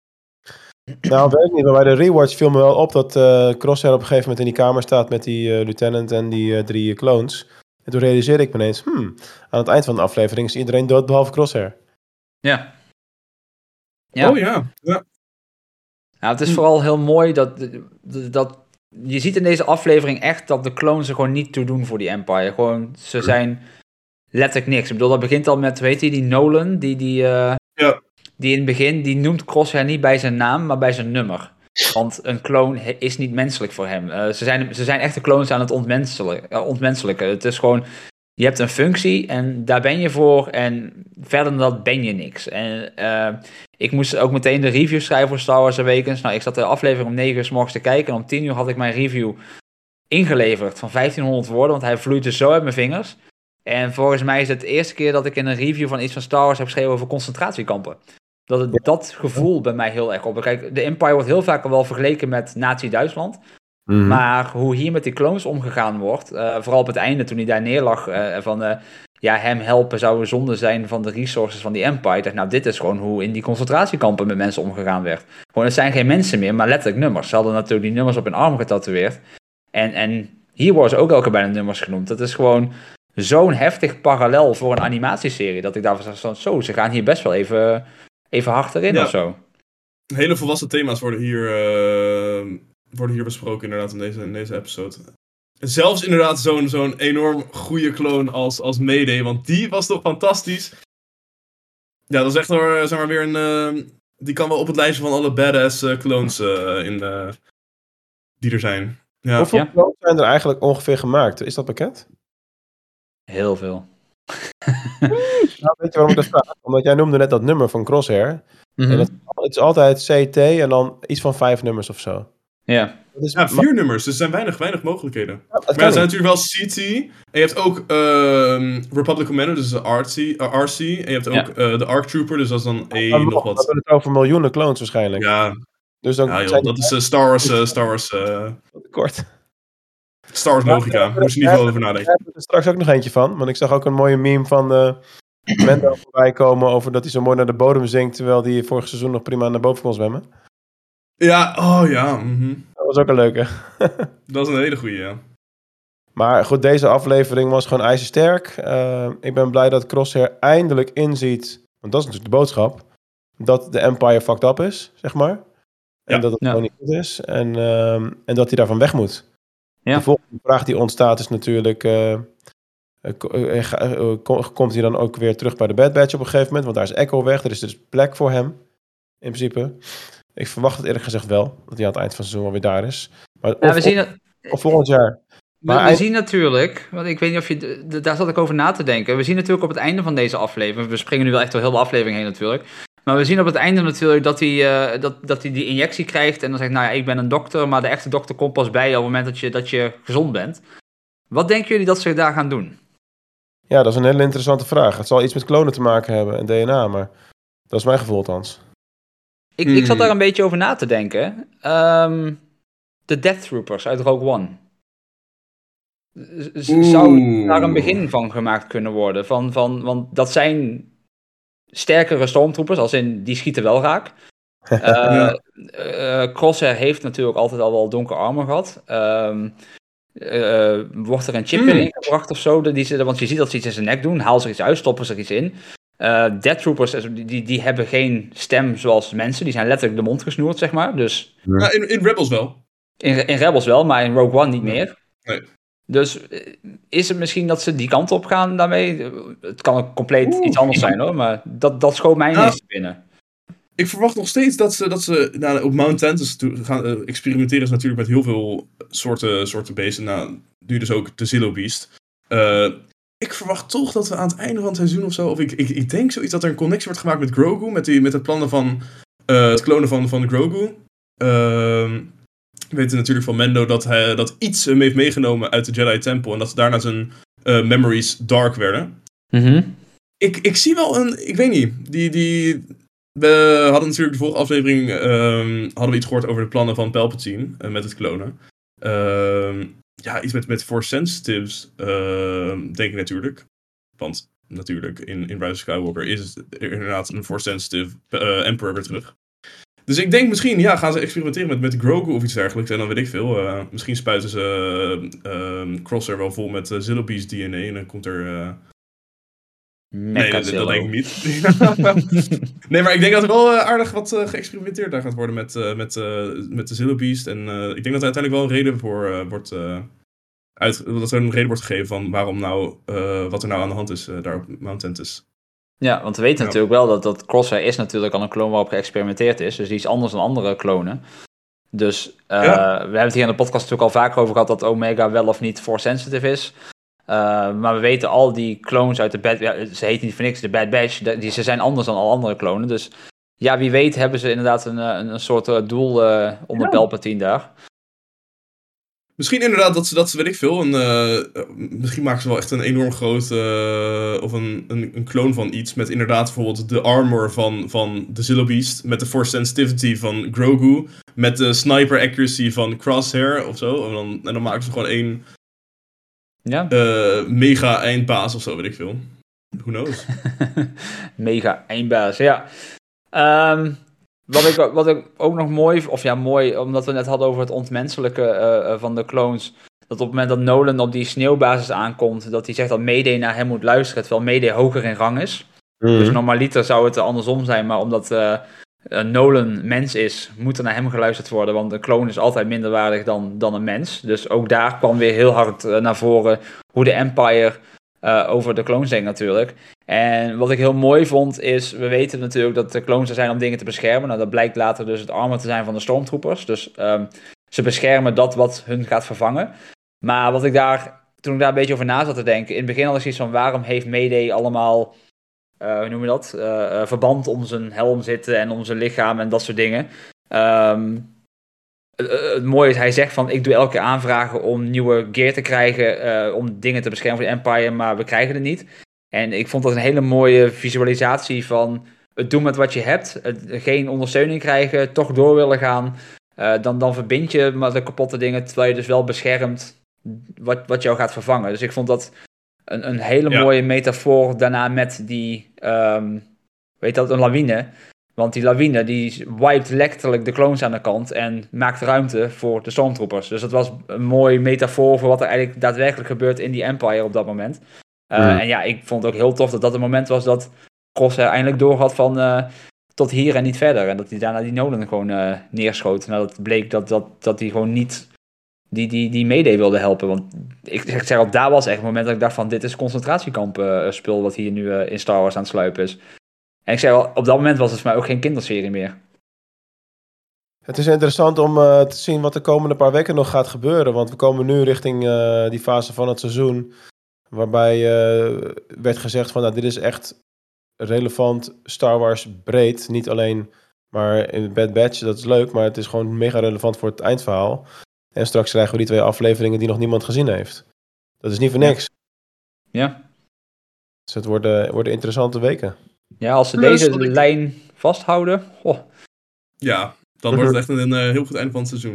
Nou, weet ik niet, maar bij de rewatch viel me wel op dat uh, Crosshair op een gegeven moment in die kamer staat met die uh, lieutenant en die uh, drie clones. En toen realiseerde ik me ineens, hmm, aan het eind van de aflevering is iedereen dood behalve Crosshair. Ja. ja. Oh ja. ja. Nou, het is vooral heel mooi dat, dat je ziet in deze aflevering echt dat de clones er gewoon niet toe doen voor die Empire. Gewoon, ze zijn letterlijk niks. Ik bedoel, dat begint al met, weet je, die Nolan, die, die, uh, ja. die in het begin, die noemt Crosshair niet bij zijn naam, maar bij zijn nummer. Want een clone is niet menselijk voor hem. Uh, ze, zijn, ze zijn echte clones aan het ontmenselijken. Uh, ontmenselijken. Het is gewoon, je hebt een functie en daar ben je voor en verder dan dat ben je niks. En uh, ik moest ook meteen de review schrijven voor Star Wars Awakens. Nou, ik zat de aflevering om negen uur 's morgens te kijken en om tien uur had ik mijn review ingeleverd van vijftienhonderd woorden, want hij vloeide zo uit mijn vingers. En volgens mij is het de eerste keer dat ik in een review van iets van Star Wars heb geschreven over concentratiekampen. Dat het dat gevoel bij mij heel erg op. Kijk, de Empire wordt heel vaak al wel vergeleken met Nazi-Duitsland. Mm-hmm. Maar hoe hier met die clones omgegaan wordt, uh, vooral op het einde toen hij daar neerlag, uh, van uh, ja, hem helpen zou een zonde zijn van de resources van die Empire. Ik dacht, nou, dit is gewoon hoe in die concentratiekampen met mensen omgegaan werd. Gewoon, het zijn geen mensen meer, maar letterlijk nummers. Ze hadden natuurlijk die nummers op hun arm getatoeëerd. En, en hier worden ze ook elke bijna nummers genoemd. Dat is gewoon zo'n heftig parallel voor een animatieserie, dat ik daarvan van zo, ze gaan hier best wel even, even hard erin ja. of zo. Hele volwassen thema's worden hier, uh, worden hier besproken inderdaad in deze, in deze episode. Zelfs inderdaad zo'n, zo'n enorm goede clone als, als Mayday, want die was toch fantastisch. Ja, dat is echt wel, zeg maar, weer een... Uh, die kan wel op het lijstje van alle badass uh, clones uh, in, uh, die er zijn. Ja. Hoeveel ja. clones zijn er eigenlijk ongeveer gemaakt? Is dat bekend? Heel veel. Nou, weet je waarom ik dat vraag? Omdat jij noemde net dat nummer van Crosshair. Mm-hmm. En het, het is altijd C T en dan iets van vijf nummers of zo. Ja. Is, ja, vier maar... nummers, dus er zijn weinig, weinig mogelijkheden. Ja, maar er zijn natuurlijk wel C T. En je hebt ook uh, Republic Commando, dus de R C. Uh, R C. En je hebt ook ja. uh, de ARC Trooper, dus dat is dan één ja, nog wat. We hebben het over miljoenen clones waarschijnlijk. Ja, dus dan ja joh, dat is uh, Star Wars... Uh, Star Wars uh... Kort. Star Wars logica, daar moest je niet veel over nadenken. Daar heb ik er straks ook nog eentje van, want ik zag ook een mooie meme van uh, Mendo voorbij komen over dat hij zo mooi naar de bodem zinkt, terwijl hij vorig seizoen nog prima naar boven kon zwemmen. Ja, oh ja. Mm-hmm. Dat was ook een leuke. Dat is een hele goeie, ja. Maar goed, deze aflevering was gewoon ijzersterk. Uh, ik ben blij dat Crosshair eindelijk inziet, want dat is natuurlijk de boodschap, dat de Empire fucked up is, zeg maar. En ja. dat het ja. gewoon niet goed is. En, uh, en dat hij daarvan weg moet. Ja. De volgende vraag die ontstaat is natuurlijk... Uh, uh, uh, uh, uh, komt hij dan ook weer terug bij de Bad Batch op een gegeven moment? Want daar is Echo weg. Er is dus plek voor hem. In principe. Ik verwacht het eerlijk gezegd wel. Dat hij aan het eind van het seizoen alweer daar is. Maar ja, of, we zien of, of volgend jaar. Maar we, we eind... zien natuurlijk... Want ik weet niet of je... De, de, daar zat ik over na te denken. We zien natuurlijk op het einde van deze aflevering... We springen nu wel echt door heel de aflevering heen natuurlijk... Maar we zien op het einde natuurlijk dat hij, uh, dat, dat hij die injectie krijgt en dan zegt, nou ja, ik ben een dokter, maar de echte dokter komt pas bij je op het moment dat je, dat je gezond bent. Wat denken jullie dat ze daar gaan doen? Ja, dat is een hele interessante vraag. Het zal iets met klonen te maken hebben en D N A, maar dat is mijn gevoel althans. Ik, hmm. ik zat daar een beetje over na te denken. Um, de Death Troopers uit Rogue One. Z- zou daar een begin van gemaakt kunnen worden? Van, van, want dat zijn sterkere stormtroopers, als in, die schieten wel raak. Uh, Ja. uh, Crosshair heeft natuurlijk altijd al wel donker armor gehad. Um, uh, wordt er een chip Mm. in ingebracht of zo? Die ze, want je ziet dat ze iets in zijn nek doen. Haal ze iets uit, stoppen ze er iets in. Uh, Death Troopers, die, die, die hebben geen stem zoals mensen. Die zijn letterlijk de mond gesnoerd, zeg maar. Dus Ja, in, in Rebels wel. in, in Rebels wel, maar in Rogue One niet meer. Nee. Dus uh, is het misschien dat ze die kant op gaan daarmee? Uh, Het kan ook compleet Oeh. iets anders zijn hoor, maar dat, dat schoot mij Ja. ineens te binnen. Ik verwacht nog steeds dat ze, dat ze nou, op Mount Tantus toe- gaan uh, experimenteren ze natuurlijk met heel veel soorten, soorten beesten. Nou, nu dus ook de Zillo Beast. Uh, ik verwacht toch dat we aan het einde van het seizoen of zo, of ik, ik, ik denk zoiets dat er een connectie wordt gemaakt met Grogu, met, die, met het plannen van uh, het klonen van, van Grogu. Uh, we weten natuurlijk van Mendo dat, hij, dat iets hem heeft meegenomen uit de Jedi Temple en dat daarna zijn uh, memories dark werden. Mm-hmm. Ik, ik zie wel een, ik weet niet, die... die we hadden natuurlijk de vorige aflevering um, hadden we iets gehoord over de plannen van Palpatine uh, met het klonen. Uh, ja, iets met, met Force Sensitives, uh, denk ik natuurlijk. Want natuurlijk, in, in Rise of Skywalker is er inderdaad een Force Sensitive uh, Emperor weer terug. Dus ik denk misschien, ja, gaan ze experimenteren met, met Grogu of iets dergelijks. En dan weet ik veel. Uh, misschien spuiten ze uh, uh, Crosshair wel vol met uh, Zillo Beast D N A en dan komt er... Uh, Nee, dat, dat denk ik niet. Nee, maar ik denk dat er wel uh, aardig wat uh, geëxperimenteerd daar gaat worden met, uh, met, uh, met de Zillo Beast. En uh, ik denk dat er uiteindelijk wel een reden voor uh, wordt uh, uit, dat er een reden wordt gegeven van waarom nou, uh, wat er nou aan de hand is uh, daar op Mount Tantus. Ja, want we weten Ja. natuurlijk wel dat, dat Crosshair is natuurlijk al een kloon waarop geëxperimenteerd is. Dus die is anders dan andere klonen. Dus uh, Ja. we hebben het hier in de podcast natuurlijk al vaker over gehad dat Omega wel of niet force sensitive is. Uh, maar we weten al die clones uit de Bad... Ja, ze heten niet voor niks de Bad Batch. Die, ze zijn anders dan al andere klonen. Dus ja, wie weet hebben ze inderdaad een, een, een soort uh, doel uh, onder Ja. Palpatine daar. Misschien inderdaad dat ze, dat ze weet ik veel, een, uh, misschien maken ze wel echt een enorm groot, uh, of een, een, een kloon van iets, met inderdaad bijvoorbeeld de armor van, van de Zillo Beast, met de force sensitivity van Grogu, met de sniper accuracy van Crosshair of zo, en dan, en dan maken ze gewoon één Ja. uh, mega eindbaas of zo, weet ik veel. Who knows? Mega eindbaas, ja. Um, wat, ik, wat ik ook nog mooi, of ja mooi, omdat we net hadden over het ontmenselijke uh, van de clones, dat op het moment dat Nolan op die sneeuwbasis aankomt, dat hij zegt dat Mayday naar hem moet luisteren, terwijl Mayday hoger in rang is. Mm. Dus normaliter zou het andersom zijn, maar omdat uh, uh, Nolan mens is, moet er naar hem geluisterd worden, want een kloon is altijd minder waardig dan, dan een mens. Dus ook daar kwam weer heel hard uh, naar voren hoe de Empire uh, over de clones denkt natuurlijk. En wat ik heel mooi vond is, we weten natuurlijk dat de clones er zijn om dingen te beschermen. Nou, dat blijkt later dus het armor te zijn van de stormtroopers. Dus um, ze beschermen dat wat hun gaat vervangen. Maar wat ik daar, toen ik daar een beetje over na zat te denken, in het begin had ik zoiets van, waarom heeft Mayday allemaal, uh, hoe noem je dat, uh, uh, verband om zijn helm zitten en om zijn lichaam en dat soort dingen. Um, uh, het mooie is, hij zegt van, ik doe elke keer aanvragen om nieuwe gear te krijgen, uh, om dingen te beschermen voor de Empire, maar we krijgen het niet. En ik vond dat een hele mooie visualisatie van het doen met wat je hebt, het, geen ondersteuning krijgen, toch door willen gaan. Uh, dan, dan verbind je met de kapotte dingen, terwijl je dus wel beschermt wat, wat jou gaat vervangen. Dus ik vond dat een, een hele Ja. mooie metafoor daarna met die, um, weet dat, een lawine. Want die lawine die wiped letterlijk de clones aan de kant en maakt ruimte voor de stormtroopers. Dus dat was een mooi metafoor voor wat er eigenlijk daadwerkelijk gebeurt in die Empire op dat moment. Uh, Mm. En ja, ik vond het ook heel tof dat dat het moment was dat Crosshair eindelijk doorhad van uh, tot hier en niet verder. En dat hij daarna die Nolan gewoon uh, neerschoot. Nadat het bleek dat, dat, dat hij gewoon niet die, die, die Mayday wilde helpen. Want ik, ik zeg al, daar was echt het moment dat ik dacht van dit is concentratiekamp uh, spul wat hier nu uh, in Star Wars aan het sluipen is. En ik zeg al, op dat moment was het voor mij ook geen kinderserie meer. Het is interessant om uh, te zien wat de komende paar weken nog gaat gebeuren. Want we komen nu richting uh, die fase van het seizoen. Waarbij uh, werd gezegd van nou, dit is echt relevant Star Wars breed. Niet alleen maar in Bad Batch, dat is leuk. Maar het is gewoon mega relevant voor het eindverhaal. En straks krijgen we die twee afleveringen die nog niemand gezien heeft. Dat is niet voor niks. Ja. Dus het worden, worden interessante weken. Ja, als ze Ja, deze dat is wat ik- lijn vasthouden. Oh. Ja, dan wordt het echt een, een uh, heel goed einde van het seizoen.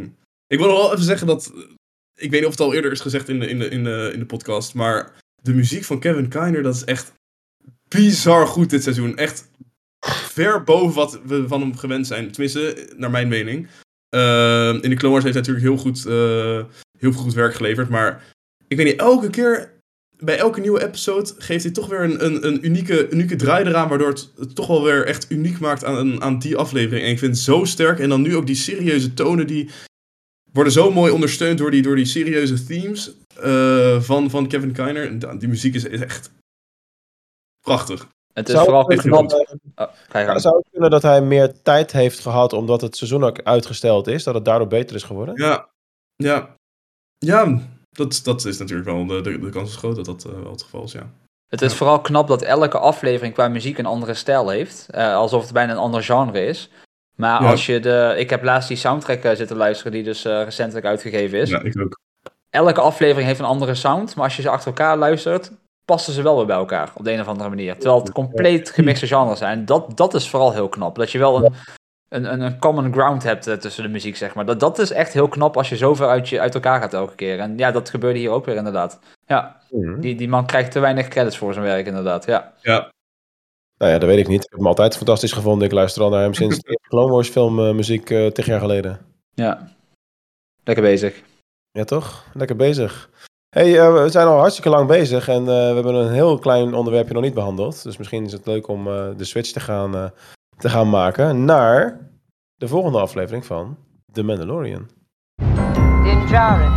Ik wil nog wel even zeggen dat... Ik weet niet of het al eerder is gezegd in de, in de, in de, in de podcast, maar de muziek van Kevin Kiner, dat is echt bizar goed dit seizoen. Echt ver boven wat we van hem gewend zijn. Tenminste, naar mijn mening. Uh, in de Clone Wars heeft hij natuurlijk heel goed, uh, heel veel goed werk geleverd, maar ik weet niet, elke keer... Bij elke nieuwe episode geeft hij toch weer een, een, een unieke, unieke draai eraan, waardoor het, het toch wel weer echt uniek maakt aan, aan die aflevering. En ik vind het zo sterk. En dan nu ook die serieuze tonen, die worden zo mooi ondersteund door die, door die serieuze themes uh, van, van Kevin Kiner. Die muziek is, is echt prachtig. Het is zou vooral het knap. kunnen, oh, zou het kunnen dat hij meer tijd heeft gehad omdat het seizoen ook uitgesteld is? Dat het daardoor beter is geworden? Ja, ja. Ja, dat, dat is natuurlijk wel, de, de, de kans is groot dat dat uh, wel het geval is, ja. Het is ja. vooral knap dat elke aflevering qua muziek een andere stijl heeft. Uh, alsof het bijna een ander genre is. Maar ja. als je de... Ik heb laatst die soundtrack uh, zitten luisteren die dus uh, recentelijk uitgegeven is. Ja, ik ook. Elke aflevering heeft een andere sound, maar als je ze achter elkaar luistert, passen ze wel weer bij elkaar op de een of andere manier. Terwijl het compleet gemixte genres zijn. Dat, dat is vooral heel knap. Dat je wel een, een, een, een common ground hebt uh, tussen de muziek, zeg maar. Dat, dat is echt heel knap als je zo ver uit, je, uit elkaar gaat elke keer. En ja, dat gebeurde hier ook weer inderdaad. Ja, mm-hmm. die, die man krijgt te weinig credits voor zijn werk inderdaad, ja. Ja. Nou ja, dat weet ik niet. Ik heb hem altijd fantastisch gevonden. Ik luister al naar hem sinds de Clone Wars film uh, muziek uh, tig jaar geleden. Ja, lekker bezig. Ja, toch? Lekker bezig. Hey, uh, we zijn al hartstikke lang bezig en uh, we hebben een heel klein onderwerpje nog niet behandeld. Dus misschien is het leuk om uh, de switch te gaan, uh, te gaan maken naar de volgende aflevering van The Mandalorian. Din Djarin,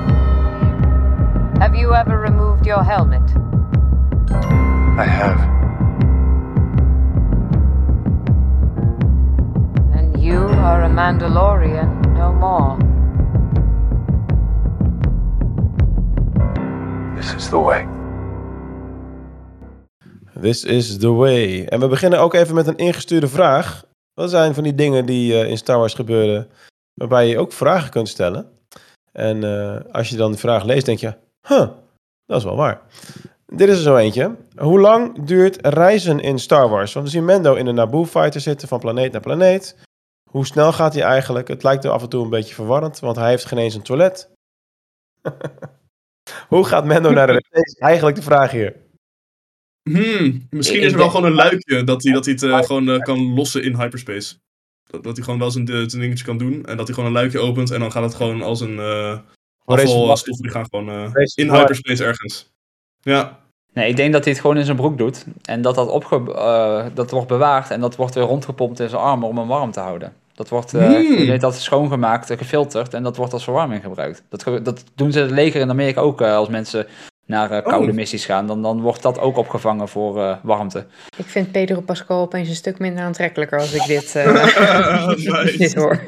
have you ever removed your helmet? I have. And you are a Mandalorian no more. This is the way. This is the way. En we beginnen ook even met een ingestuurde vraag. Wat zijn van die dingen die uh, in Star Wars gebeuren, waarbij je ook vragen kunt stellen. En uh, als je dan die vraag leest, denk je, huh, dat is wel waar. Dit is er zo eentje. Hoe lang duurt reizen in Star Wars? Want we zien Mando in een Naboo fighter zitten van planeet naar planeet. Hoe snel gaat hij eigenlijk? Het lijkt er af en toe een beetje verwarrend, want hij heeft geen eens een toilet. Hoe gaat Mando naar de wc? Is eigenlijk de vraag hier. Hmm, misschien is er wel gewoon een luikje dat hij, dat hij het uh, gewoon uh, kan lossen in hyperspace. Dat, dat hij gewoon wel zijn, zijn dingetje kan doen en dat hij gewoon een luikje opent en dan gaat het gewoon als een uh, afvalstof, die gaan gewoon uh, in hyperspace ergens. Ja. Nee, ik denk dat hij het gewoon in zijn broek doet en dat dat, opge- uh, dat wordt bewaard en dat wordt weer rondgepompt in zijn armen om hem warm te houden. Dat wordt uh, hmm. je weet dat schoongemaakt, gefilterd en dat wordt als verwarming gebruikt. Dat, ge- dat doen ze het leger in Amerika ook uh, als mensen naar uh, koude oh. missies gaan. Dan, dan wordt dat ook opgevangen voor uh, warmte. Ik vind Pedro Pascal opeens een stuk minder aantrekkelijker als ik dit, uh, nice. dit hoor.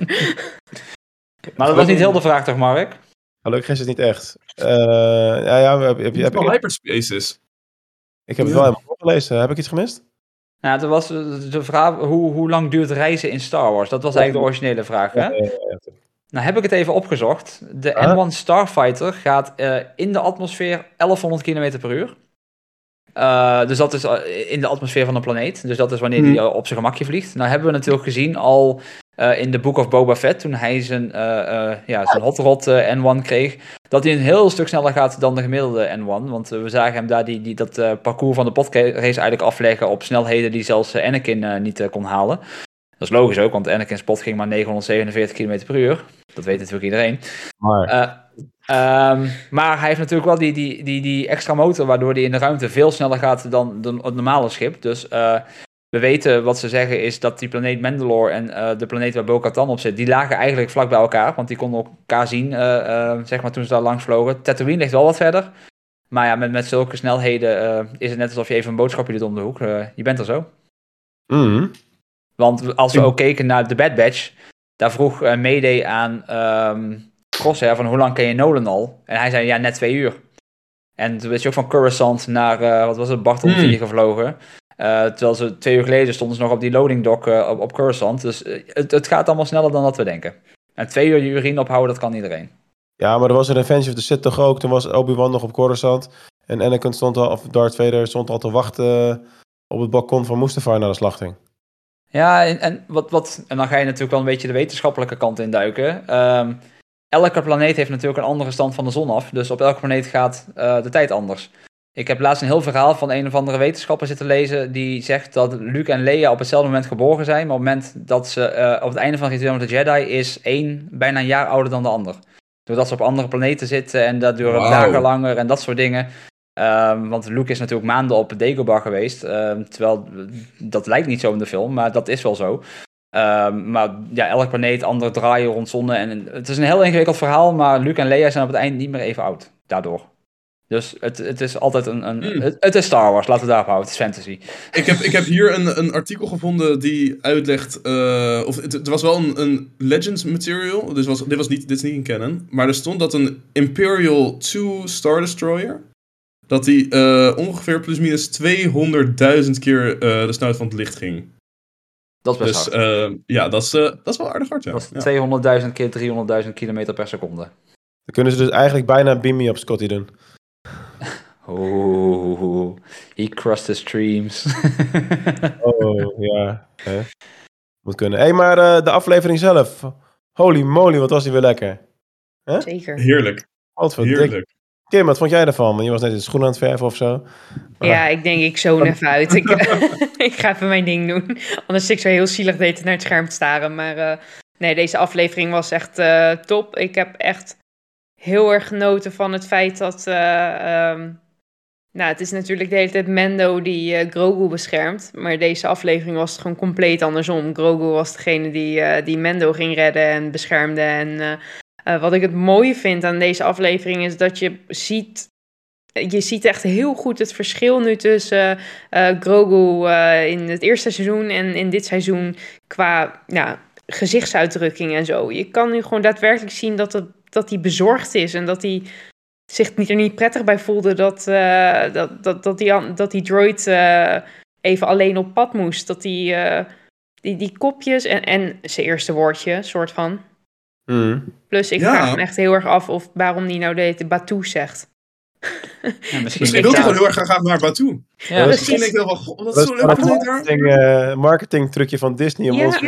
Maar dat was niet heel de vraag toch, Mark? Gelukkig is het niet echt. Uh, ja, ja, heb, heb, heb, heb wel hyperspace is. Ik heb het ja. wel helemaal opgelezen. Heb ik iets gemist? Nou, dat was de vraag, hoe, hoe lang duurt reizen in Star Wars? Dat was eigenlijk de originele vraag, hè? Ja, ja, ja. Nou heb ik het even opgezocht. De ah. N één Starfighter gaat uh, in de atmosfeer elfhonderd kilometer per uur. Uh, dus dat is uh, in de atmosfeer van een planeet. Dus dat is wanneer hij hmm. uh, op zijn gemakje vliegt. Nou hebben we natuurlijk gezien al uh, in The Book of Boba Fett, toen hij zijn, uh, uh, ja, zijn hot rod uh, N één kreeg, dat hij een heel stuk sneller gaat dan de gemiddelde N één. Want uh, we zagen hem daar die, die, dat uh, parcours van de podrace eigenlijk afleggen op snelheden die zelfs uh, Anakin uh, niet uh, kon halen. Dat is logisch ook, want Anakin's pot ging maar negenhonderdzevenenveertig kilometer per uur. Dat weet natuurlijk iedereen. Maar, uh, um, maar hij heeft natuurlijk wel die, die, die, die extra motor, waardoor hij in de ruimte veel sneller gaat dan de, het normale schip. Dus uh, we weten, wat ze zeggen, is dat die planeet Mandalore en uh, de planeet waar Bo-Katan op zit, die lagen eigenlijk vlak bij elkaar. Want die konden elkaar zien, uh, uh, zeg maar, toen ze daar langs vlogen. Tatooine ligt wel wat verder. Maar ja, met, met zulke snelheden uh, is het net alsof je even een boodschapje doet om de hoek. Uh, je bent er zo. Mm. Want als we ook keken naar The Bad Batch, daar vroeg uh, Mayday aan um, Crosshair van hoe lang ken je Nolan al? En hij zei ja, net twee uur. En toen is je ook van Coruscant naar, uh, wat was het, Barton vier mm. gevlogen. Uh, terwijl ze twee uur geleden stonden ze nog op die loading dock uh, op, op Coruscant. Dus uh, het, het gaat allemaal sneller dan dat we denken. En twee uur je urine ophouden, dat kan iedereen. Ja, maar er was een Revenge of the Sith toch ook. Toen was Obi-Wan nog op Coruscant. En Anakin stond al, of Darth Vader stond al te wachten op het balkon van Mustafar naar de slachting. Ja, en, en, wat, wat, en dan ga je natuurlijk wel een beetje de wetenschappelijke kant induiken. Um, elke planeet heeft natuurlijk een andere stand van de zon af. Dus op elke planeet gaat uh, de tijd anders. Ik heb laatst een heel verhaal van een of andere wetenschapper zitten lezen die zegt dat Luke en Leia op hetzelfde moment geboren zijn. Maar op het moment dat ze uh, op het einde van Return of the Jedi is één bijna een jaar ouder dan de ander. Doordat ze op andere planeten zitten en dat duurt wow. dagen langer en dat soort dingen. Um, want Luke is natuurlijk maanden op Dagobah geweest. Um, terwijl dat lijkt niet zo in de film, maar dat is wel zo. Um, maar ja, elk planeet, andere draaien rond zonne. En het is een heel ingewikkeld verhaal, maar Luke en Leia zijn op het eind niet meer even oud. Daardoor. Dus het, het is altijd een... een mm. het, het is Star Wars, laten we daarop houden. Het is fantasy. Ik heb, ik heb hier een, een artikel gevonden die uitlegt... Uh, of het, het was wel een, een Legends material. Dus was, dit, was niet, dit is niet in canon. Maar er stond dat een Imperial twee Star Destroyer... dat die uh, ongeveer plus minus tweehonderdduizend keer uh, de snuit van het licht ging. Dat is best dus, hard. Uh, ja, dat is, uh, dat is wel aardig hard, ja. Dat is ja. tweehonderdduizend keer driehonderdduizend kilometer per seconde. Dan kunnen ze dus eigenlijk bijna Beam Me Up Scotty doen. Oh, he crossed the streams. oh, ja. Hè? Moet kunnen. Hé, hey, maar uh, de aflevering zelf. Holy moly, wat was die weer lekker. Huh? Zeker. Heerlijk. Wat Heerlijk. Kim, wat vond jij daarvan? Want je was net in de schoen aan het verven of zo. Maar... Ja, ik denk ik zoon even uit. ik, ik ga even mijn ding doen. Anders zit ik zo heel zielig deed naar het scherm te staren. Maar uh, nee, deze aflevering was echt uh, top. Ik heb echt heel erg genoten van het feit dat... Uh, um, nou, het is natuurlijk de hele tijd Mando die uh, Grogu beschermt. Maar deze aflevering was het gewoon compleet andersom. Grogu was degene die, uh, die Mando ging redden en beschermde. En uh, uh, wat ik het mooie vind aan deze aflevering is dat je ziet... Je ziet echt heel goed het verschil nu tussen uh, Grogu uh, in het eerste seizoen en in dit seizoen qua ja, gezichtsuitdrukking en zo. Je kan nu gewoon daadwerkelijk zien dat, het, dat hij bezorgd is en dat hij zich er niet prettig bij voelde dat, uh, dat, dat, dat, die, dat die droid uh, even alleen op pad moest. Dat die, uh, die, die kopjes en, en zijn eerste woordje, soort van. Mm. Plus ik ja. vraag me echt heel erg af of waarom die nou de, de Batuu zegt. Ja, misschien wil hij gewoon heel erg graag naar Batuu. Ja, ja, misschien denk ik wel van, dat is zo'n leuk marketing, uh, marketing trucje van Disney om ja, ons... Ja.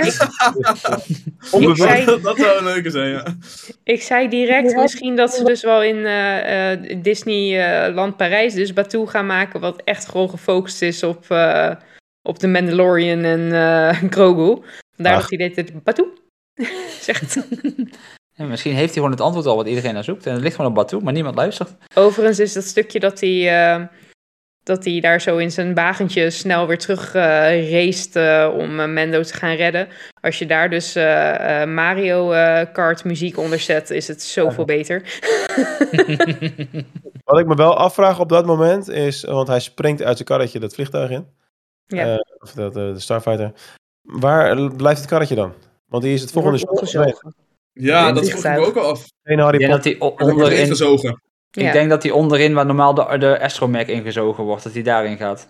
zei, dat zou een leuke zijn, ja. Ik zei direct ja. misschien dat ze dus wel in uh, uh, Disneyland uh, Parijs dus Batuu gaan maken, wat echt gewoon gefocust is op, uh, op de Mandalorian en uh, Grogu. Vandaar Ach. dat hij dit Batuu zegt. Ja, misschien heeft hij gewoon het antwoord al wat iedereen naar zoekt. En het ligt gewoon op Batuu, maar niemand luistert. Overigens is dat stukje dat hij, uh, dat hij daar zo in zijn wagentje snel weer terug uh, raced uh, om uh, Mando te gaan redden. Als je daar dus uh, uh, Mario uh, Kart muziek onder zet, is het zoveel beter. Wat ik me wel afvraag op dat moment is, want hij springt uit zijn karretje dat vliegtuig in. Ja. Uh, of dat, uh, de Starfighter. Waar blijft het karretje dan? Want die is het volgende shot. Ja, dat vroeg ik me ook al af. Geen Harry ik denk Potter. dat hij onderin... Ingezogen. Ik ja. denk dat hij onderin, waar normaal de, de astromech ingezogen wordt, dat hij daarin gaat.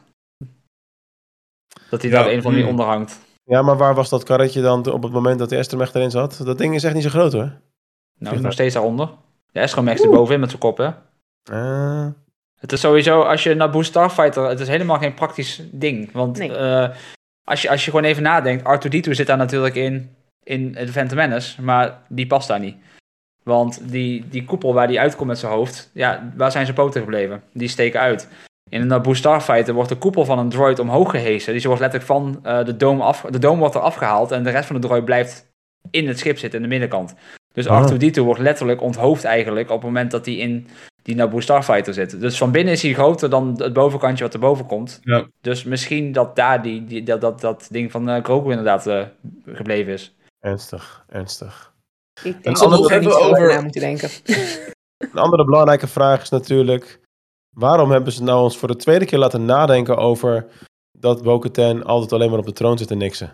Dat hij ja. daar een van die mm. onder hangt. Ja, maar waar was dat karretje dan op het moment dat de astromech erin zat? Dat ding is echt niet zo groot, hoor. Nou, is nog steeds daaronder. De astromech er bovenin met zijn kop, hè. Uh. Het is sowieso, als je Naboo Starfighter, het is helemaal geen praktisch ding. Want nee. uh, als, je, als je gewoon even nadenkt, R twee D twee zit daar natuurlijk in... in The Phantom Menace, maar die past daar niet. Want die, die koepel waar die uitkomt met zijn hoofd, ja, waar zijn zijn poten gebleven? Die steken uit. In een Naboo Starfighter wordt de koepel van een droid omhoog gehesen. Die wordt letterlijk van uh, de dome af, de dome wordt er afgehaald en de rest van de droid blijft in het schip zitten, in de binnenkant. Dus R twee D twee wordt letterlijk onthoofd eigenlijk op het moment dat hij in die Naboo Starfighter zit. Dus van binnen is hij groter dan het bovenkantje wat erboven komt. Ja. Dus misschien dat daar die, die, dat, dat, dat ding van uh, Grogu inderdaad uh, gebleven is. Ernstig, ernstig. Ik denk dat we er niet over na moeten denken. Een andere belangrijke vraag is natuurlijk... waarom hebben ze nou ons voor de tweede keer laten nadenken over... dat Bo-Katan altijd alleen maar op de troon zit en niksen?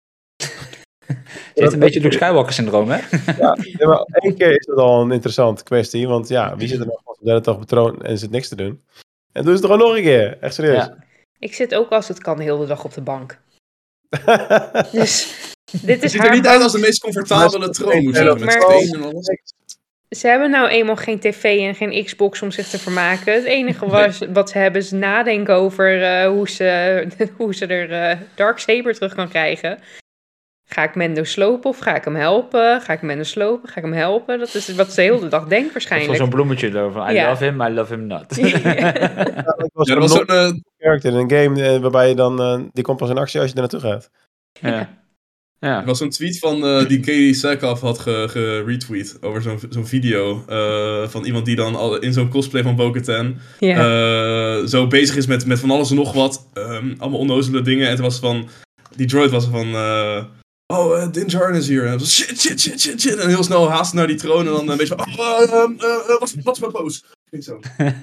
Ze heeft een beetje Luke Skywalker-syndroom, hè? Ja, maar één keer is dat al een interessante kwestie. Want ja, wie zit er nog de hele dag op de troon en zit niks te doen? En doen ze het gewoon nog een keer. Echt serieus. Ja. Ik zit ook als het kan de hele dag op de bank. Dus... Dit is het ziet er niet uit als de meest comfortabele troon. Moet nee, maar, ze hebben nou eenmaal geen tv en geen Xbox om zich te vermaken. Het enige was, nee. wat ze hebben is nadenken over uh, hoe, ze, hoe ze er uh, Darksaber terug kan krijgen. Ga ik Mendo slopen of ga ik hem helpen? Ga ik Mendo slopen? Ga ik hem helpen? Dat is wat ze de hele dag denkt waarschijnlijk. Of zo'n bloemetje erover. I Ja. love him, I love him not. Ja, ik was Ja, een er was zo'n... eh, character in een game eh, waarbij je dan... eh, die komt pas in actie als je er naartoe gaat. ja. Ja. Er was een tweet van eh, die Katie Sackhoff had ge- geretweet over zo'n, zo'n video eh, van iemand die dan al in zo'n cosplay van Bo-Katan Ja. eh, zo bezig is met, met van alles en nog wat. ehm, allemaal onnozele dingen. En het was van... Die droid was er van... eh, oh, uh, Din Djarin is hier. En was shit, shit, shit, shit, shit. En heel snel haast naar die troon. En dan een beetje van... Oh, uh, uh, uh, wat, wat is mijn pose? Ging zo.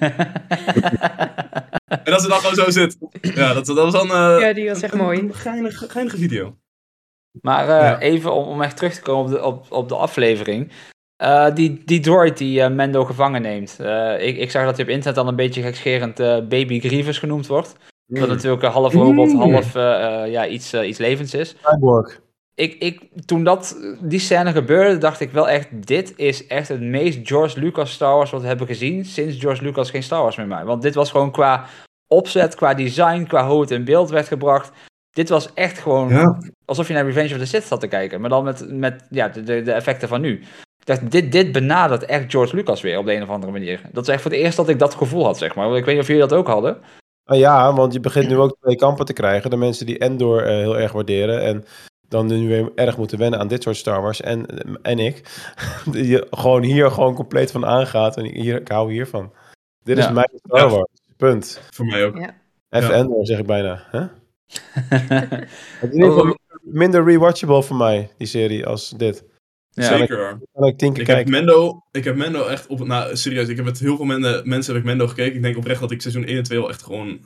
En dat ze dan gewoon zo zit. Ja, dat, dat was dan... eh, Ja, die was echt een- mooi. Een geinige, geinige video. Maar uh, Ja. even om, om echt terug te komen op de, op, op de aflevering. Uh, die, die droid die uh, Mendo gevangen neemt. Uh, ik, ik zag dat hij op internet dan een beetje gekscherend uh, Baby Grievous genoemd wordt. Mm. Dat natuurlijk een half robot, Mm. half uh, uh, ja, iets, uh, iets levends is. Cyborg. Ik, ik, toen dat, die scène gebeurde, dacht ik wel echt... Dit is echt het meest George Lucas Star Wars wat we hebben gezien... sinds George Lucas geen Star Wars meer maakt. Want dit was gewoon qua opzet, qua design, qua hoe het in beeld werd gebracht... Dit was echt gewoon Ja. alsof je naar Revenge of the Sith zat te kijken. Maar dan met, met ja, de, de, de effecten van nu. Ik dacht, dit, dit benadert echt George Lucas weer op de een of andere manier. Dat is echt voor het eerst dat ik dat gevoel had, zeg maar. Want ik weet niet of jullie dat ook hadden. Ah, ja, want je begint nu ook twee kampen te krijgen. De mensen die Endor uh, heel erg waarderen. En dan nu weer erg moeten wennen aan dit soort Star Wars. En, en ik. Die gewoon hier gewoon compleet van aangaat. En hier, ik hou hiervan. Dit is Ja. mijn Star Wars. Punt. Voor mij ook. Ja. Even Ja. Endor zeg ik bijna. Huh? Het is in ieder geval minder rewatchable voor mij, die serie, als dit. Ja. Zeker hoor. Kan ik tien keer Ik heb, kijken. Mendo, ik heb Mendo echt op... Nou, serieus, ik heb met heel veel men, mensen heb ik Mendo gekeken. Ik denk oprecht dat ik seizoen één en twee wel echt gewoon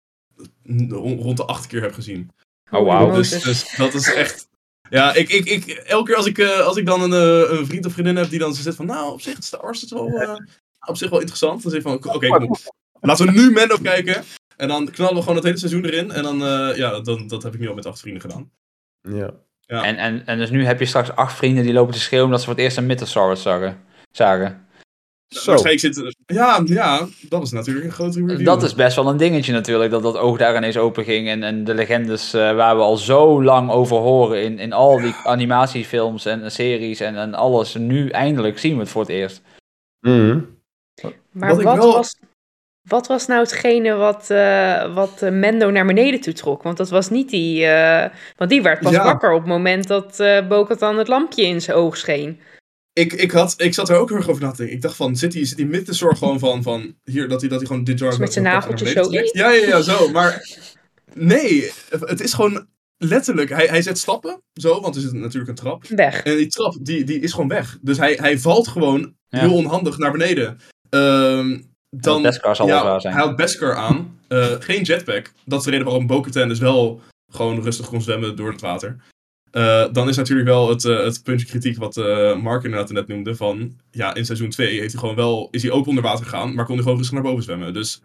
rond de acht keer heb gezien. Oh, wauw. Dus, dus dat is echt... Ja, ik, ik, ik, elke keer als ik, uh, als ik dan een, uh, een vriend of vriendin heb die dan zegt van... Nou, op zich, Star Wars is wel, uh, op zich wel interessant. Dan zeg ik van, oké, okay, kom op. Laten we nu Mendo kijken. En dan knallen we gewoon het hele seizoen erin. En dan, uh, ja, dan, dat heb ik nu al met acht vrienden gedaan. Ja. Ja. En, en, en dus nu heb je straks acht vrienden die lopen te schreeuwen... omdat ze voor het eerst een Mythos Star Wars zagen. zagen. Zo. Waarschijnlijk zit... Ja, ja, dat is natuurlijk een grote review. Dat is best wel een dingetje natuurlijk, dat dat oog daar ineens open ging. En, en de legendes uh, waar we al zo lang over horen in, in al die animatiefilms en series en, en alles. Nu eindelijk zien we het voor het eerst. Mm-hmm. Maar wat, wat, wel... was, wat was nou hetgene wat, uh, wat uh, Mendo naar beneden toe trok? Want dat was niet die... Uh, want die werd pas ja. wakker op het moment dat uh, Bo-Katan het lampje in zijn oog scheen. Ik, ik, had, ik zat er ook heel erg over na te denken. Ik dacht van, zit hij, zit hij met de zorg gewoon van, van hier, dat hij, dat hij gewoon dit jaar... Met zijn nageltjes zo. Ja, ja, ja, zo. Maar nee, het is gewoon letterlijk, hij, hij zet stappen, zo, want er zit natuurlijk een trap. Weg. En die trap, die, die is gewoon weg. Dus hij, hij valt gewoon ja. heel onhandig naar beneden. Um, dan, Beskar zal ja, wel zijn. Hij houdt Beskar aan. Uh, geen jetpack. Dat is de reden waarom Bo-Katan dus wel gewoon rustig kon zwemmen door het water. Uh, dan is natuurlijk wel het, uh, het puntje kritiek wat uh, Mark inderdaad net noemde. Van, ja, in seizoen twee heeft hij gewoon wel, is hij ook onder water gegaan, maar kon hij gewoon rustig naar boven zwemmen. Dus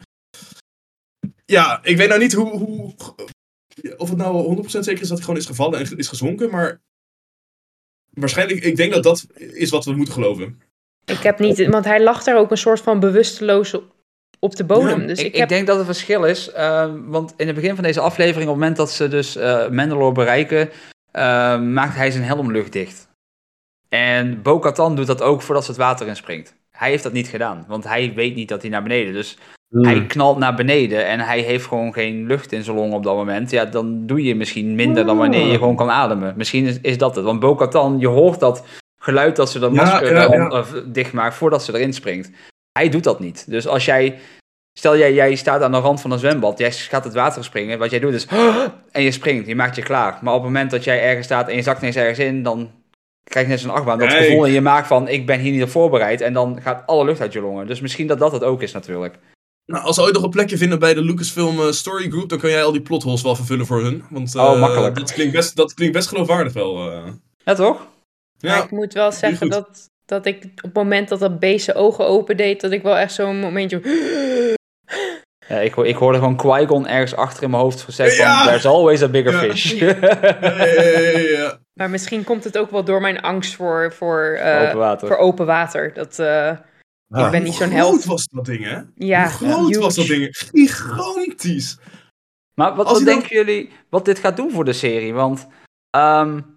ja, ik weet nou niet hoe, hoe of het nou honderd procent zeker is dat hij gewoon is gevallen en is gezonken, maar waarschijnlijk, ik denk dat dat is wat we moeten geloven. Ik heb niet, want hij lag daar ook een soort van bewusteloos op de bodem. Ja, dus ik, ik, ik heb... denk dat het verschil is, uh, want in het begin van deze aflevering, op het moment dat ze dus uh, Mandalore bereiken, uh, maakt hij zijn helmlucht dicht. En Bo-Katan doet dat ook voordat ze het water inspringt. Hij heeft dat niet gedaan, want hij weet niet dat hij naar beneden, dus mm. hij knalt naar beneden en hij heeft gewoon geen lucht in zijn longen op dat moment. Ja, dan doe je misschien minder dan wanneer je gewoon kan ademen. Misschien is, is dat het, want Bo-Katan, je hoort dat geluid dat ze de masker ja, ja, ja. Uh, dicht maakt voordat ze erin springt. Hij doet dat niet. Dus als jij, stel jij, jij staat aan de rand van een zwembad, jij gaat het water springen, wat jij doet is, en je springt, je maakt je klaar. Maar op het moment dat jij ergens staat en je zakt ineens ergens in, dan krijg je net zo'n achtbaan. Dat nee. gevoel in je maakt van, ik ben hier niet op voorbereid, en dan gaat alle lucht uit je longen. Dus misschien dat dat het ook is natuurlijk. Nou, als ze ooit nog een plekje vinden bij de Lucasfilm uh, Story Group, dan kan jij al die plotholes wel vervullen voor hun. Want uh, oh, makkelijk. Dat klinkt best, dat klinkt best geloofwaardig wel. Uh. Ja, toch? Ja, maar ik moet wel zeggen dat, dat ik op het moment dat dat beest zijn ogen open deed, dat ik wel echt zo'n momentje... Ja, ik, ik hoorde gewoon Qui-Gon ergens achter in mijn hoofd gezegd ja! van, there's always a bigger ja. fish. ja, ja, ja, ja. Maar misschien komt het ook wel door mijn angst voor, voor, uh, open, water. voor open water. Dat, uh, ah. Ik ben niet zo'n held. Hoe groot was dat ding, hè? Ja, Hoe groot huge. was dat ding? Gigantisch. Maar wat, wat denken dan... jullie wat dit gaat doen voor de serie? Want um,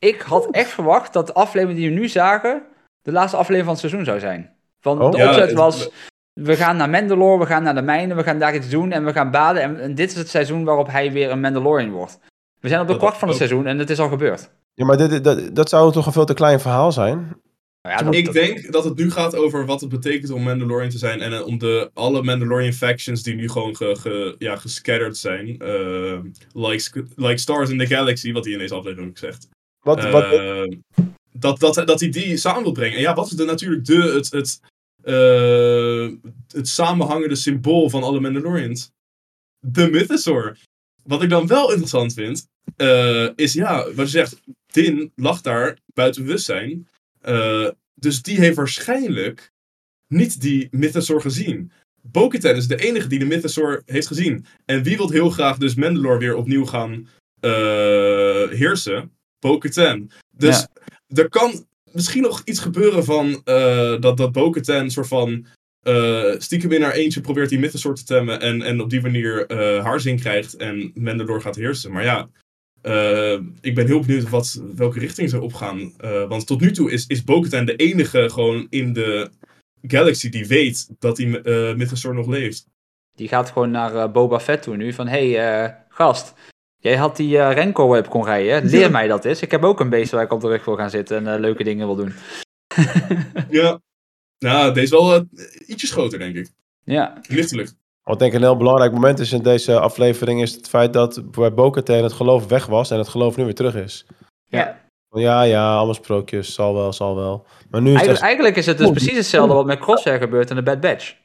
ik had echt verwacht dat de aflevering die we nu zagen de laatste aflevering van het seizoen zou zijn. Van Oh. de Ja, opzet het- was, we gaan naar Mandalore, we gaan naar de mijnen, we gaan daar iets doen en we gaan baden. En, en dit is het seizoen waarop hij weer een Mandalorian wordt. We zijn op de Dat- kwart van het ook. seizoen en het is al gebeurd. Ja, maar dit, dat, dat zou toch een veel te klein verhaal zijn? Nou ja, dat- Ik dat- denk dat het nu gaat over wat het betekent om Mandalorian te zijn. En eh, om de alle Mandalorian factions die nu gewoon ge, ge, ja, gescatterd zijn. eh, like, sc- like Stars in the Galaxy, wat hij in deze aflevering ook zegt. Wat, wat, Eh, dat, dat, dat hij die samen wil brengen. En ja, wat is de, natuurlijk de, het, het, eh, het samenhangende symbool van alle Mandalorians? De Mythosaur. Wat ik dan wel interessant vind, eh, is ja, wat je zegt, Din lag daar buiten bewustzijn. Eh, dus die heeft waarschijnlijk niet die Mythosaur gezien. Bo-Katan is de enige die de Mythosaur heeft gezien. En wie wil heel graag dus Mandalore weer opnieuw gaan eh, heersen? Bo-Katan. Dus er kan misschien nog iets gebeuren van eh, dat, dat Bo-Katan soort van eh, stiekem in haar eentje probeert die Mythosaur te temmen en, en op die manier eh, haar zin krijgt en Mandalore gaat heersen. Maar ja, uh, ik ben heel benieuwd wat, welke richting ze opgaan. Uh, want tot nu toe is, is Bo-Katan de enige gewoon in de Galaxy die weet dat die uh, Mythosaur nog leeft. Die gaat gewoon naar uh, Boba Fett toe nu. Van, hé hey, uh, gast, jij had die uh, Renko-web kon rijden. Leer mij dat eens. Ik heb ook een beest waar ik op de rug wil gaan zitten en uh, leuke dingen wil doen. Ja, nou, deze is wel uh, ietsjes groter, denk ik. Ja. Lichtelijk. Wat denk ik een heel belangrijk moment is in deze aflevering is het feit dat bij Bo-Katan het geloof weg was en het geloof nu weer terug is. Ja. Ja, ja, allemaal sprookjes, zal wel, zal wel. Maar nu is Eigen, het... Eigenlijk is het dus precies hetzelfde wat met Crosshair gebeurt in de Bad Batch.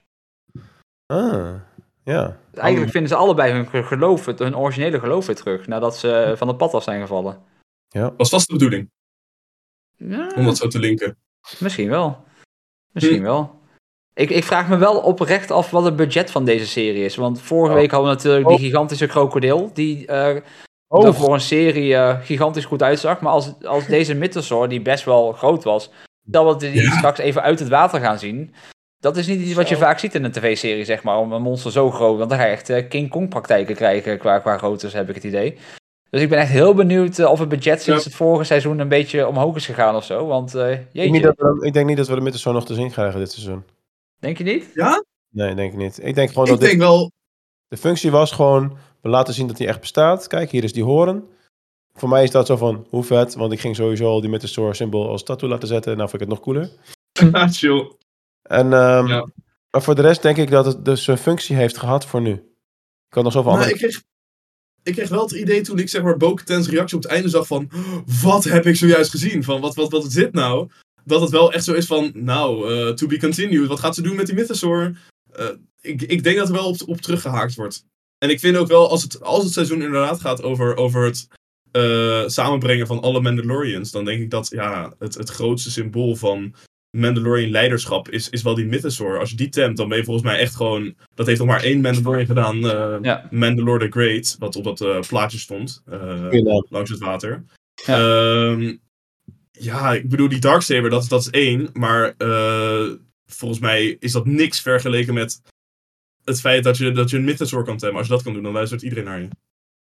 Ah, ja. Eigenlijk vinden ze allebei hun geloof, hun originele geloof weer terug, nadat ze van het pad af zijn gevallen. Ja. Was dat de bedoeling? Ja. Om dat zo te linken? Misschien wel. Misschien hm. wel. Ik, ik vraag me wel oprecht af wat het budget van deze serie is. Want vorige oh. week hadden we natuurlijk oh. die gigantische krokodil, die uh, oh. er voor een serie uh, gigantisch goed uitzag. Maar als, als deze Mythosaur, die best wel groot was, dat we die ja. straks even uit het water gaan zien. Dat is niet iets wat je zo. vaak ziet in een tv-serie, zeg maar, om een monster zo groot. Want dan ga je echt uh, King Kong praktijken krijgen qua, qua grootte, heb ik het idee. Dus ik ben echt heel benieuwd uh, of het budget sinds ja. het vorige seizoen een beetje omhoog is gegaan of zo. Want uh, jeetje. Ik, niet dat we, ik denk niet dat we de Mythosaur nog te zien krijgen dit seizoen. Denk je niet? Ja? Nee, denk ik niet. Ik denk gewoon ik dat denk dit, wel... de functie was gewoon, we laten zien dat hij echt bestaat. Kijk, hier is die hoorn. Voor mij is dat zo van, hoe vet, want ik ging sowieso al die Mythosaur symbool als tattoo laten zetten. Nou vind ik het nog cooler. Ah, chill. En, um, ja. Maar voor de rest denk ik dat het dus een functie heeft gehad voor nu. Ik had nog zoveel nou, andere... Ik kreeg, ik kreeg wel het idee toen ik zeg maar Bo-Katan's reactie op het einde zag van, wat heb ik zojuist gezien? Van, wat, wat, wat is dit nou? Dat het wel echt zo is van, nou, uh, to be continued. Wat gaat ze doen met die Mythosaur? Uh, ik, ik denk dat er wel op, op teruggehaakt wordt. En ik vind ook wel, als het, als het seizoen inderdaad gaat over, over het uh, samenbrengen van alle Mandalorians, dan denk ik dat ja, het, het grootste symbool van Mandalorian leiderschap is, is wel die Mythosaur. Als je die temt, dan ben je volgens mij echt gewoon... Dat heeft nog maar één Mandalorian gedaan. Uh, ja. Mandalore the Great, wat op dat uh, plaatje stond. Uh, langs het water. Ja. Um, ja, ik bedoel, die Darksaber, dat, dat is één. Maar uh, volgens mij is dat niks vergeleken met het feit dat je, dat je een Mythosaur kan temmen. Als je dat kan doen, dan luistert iedereen naar je.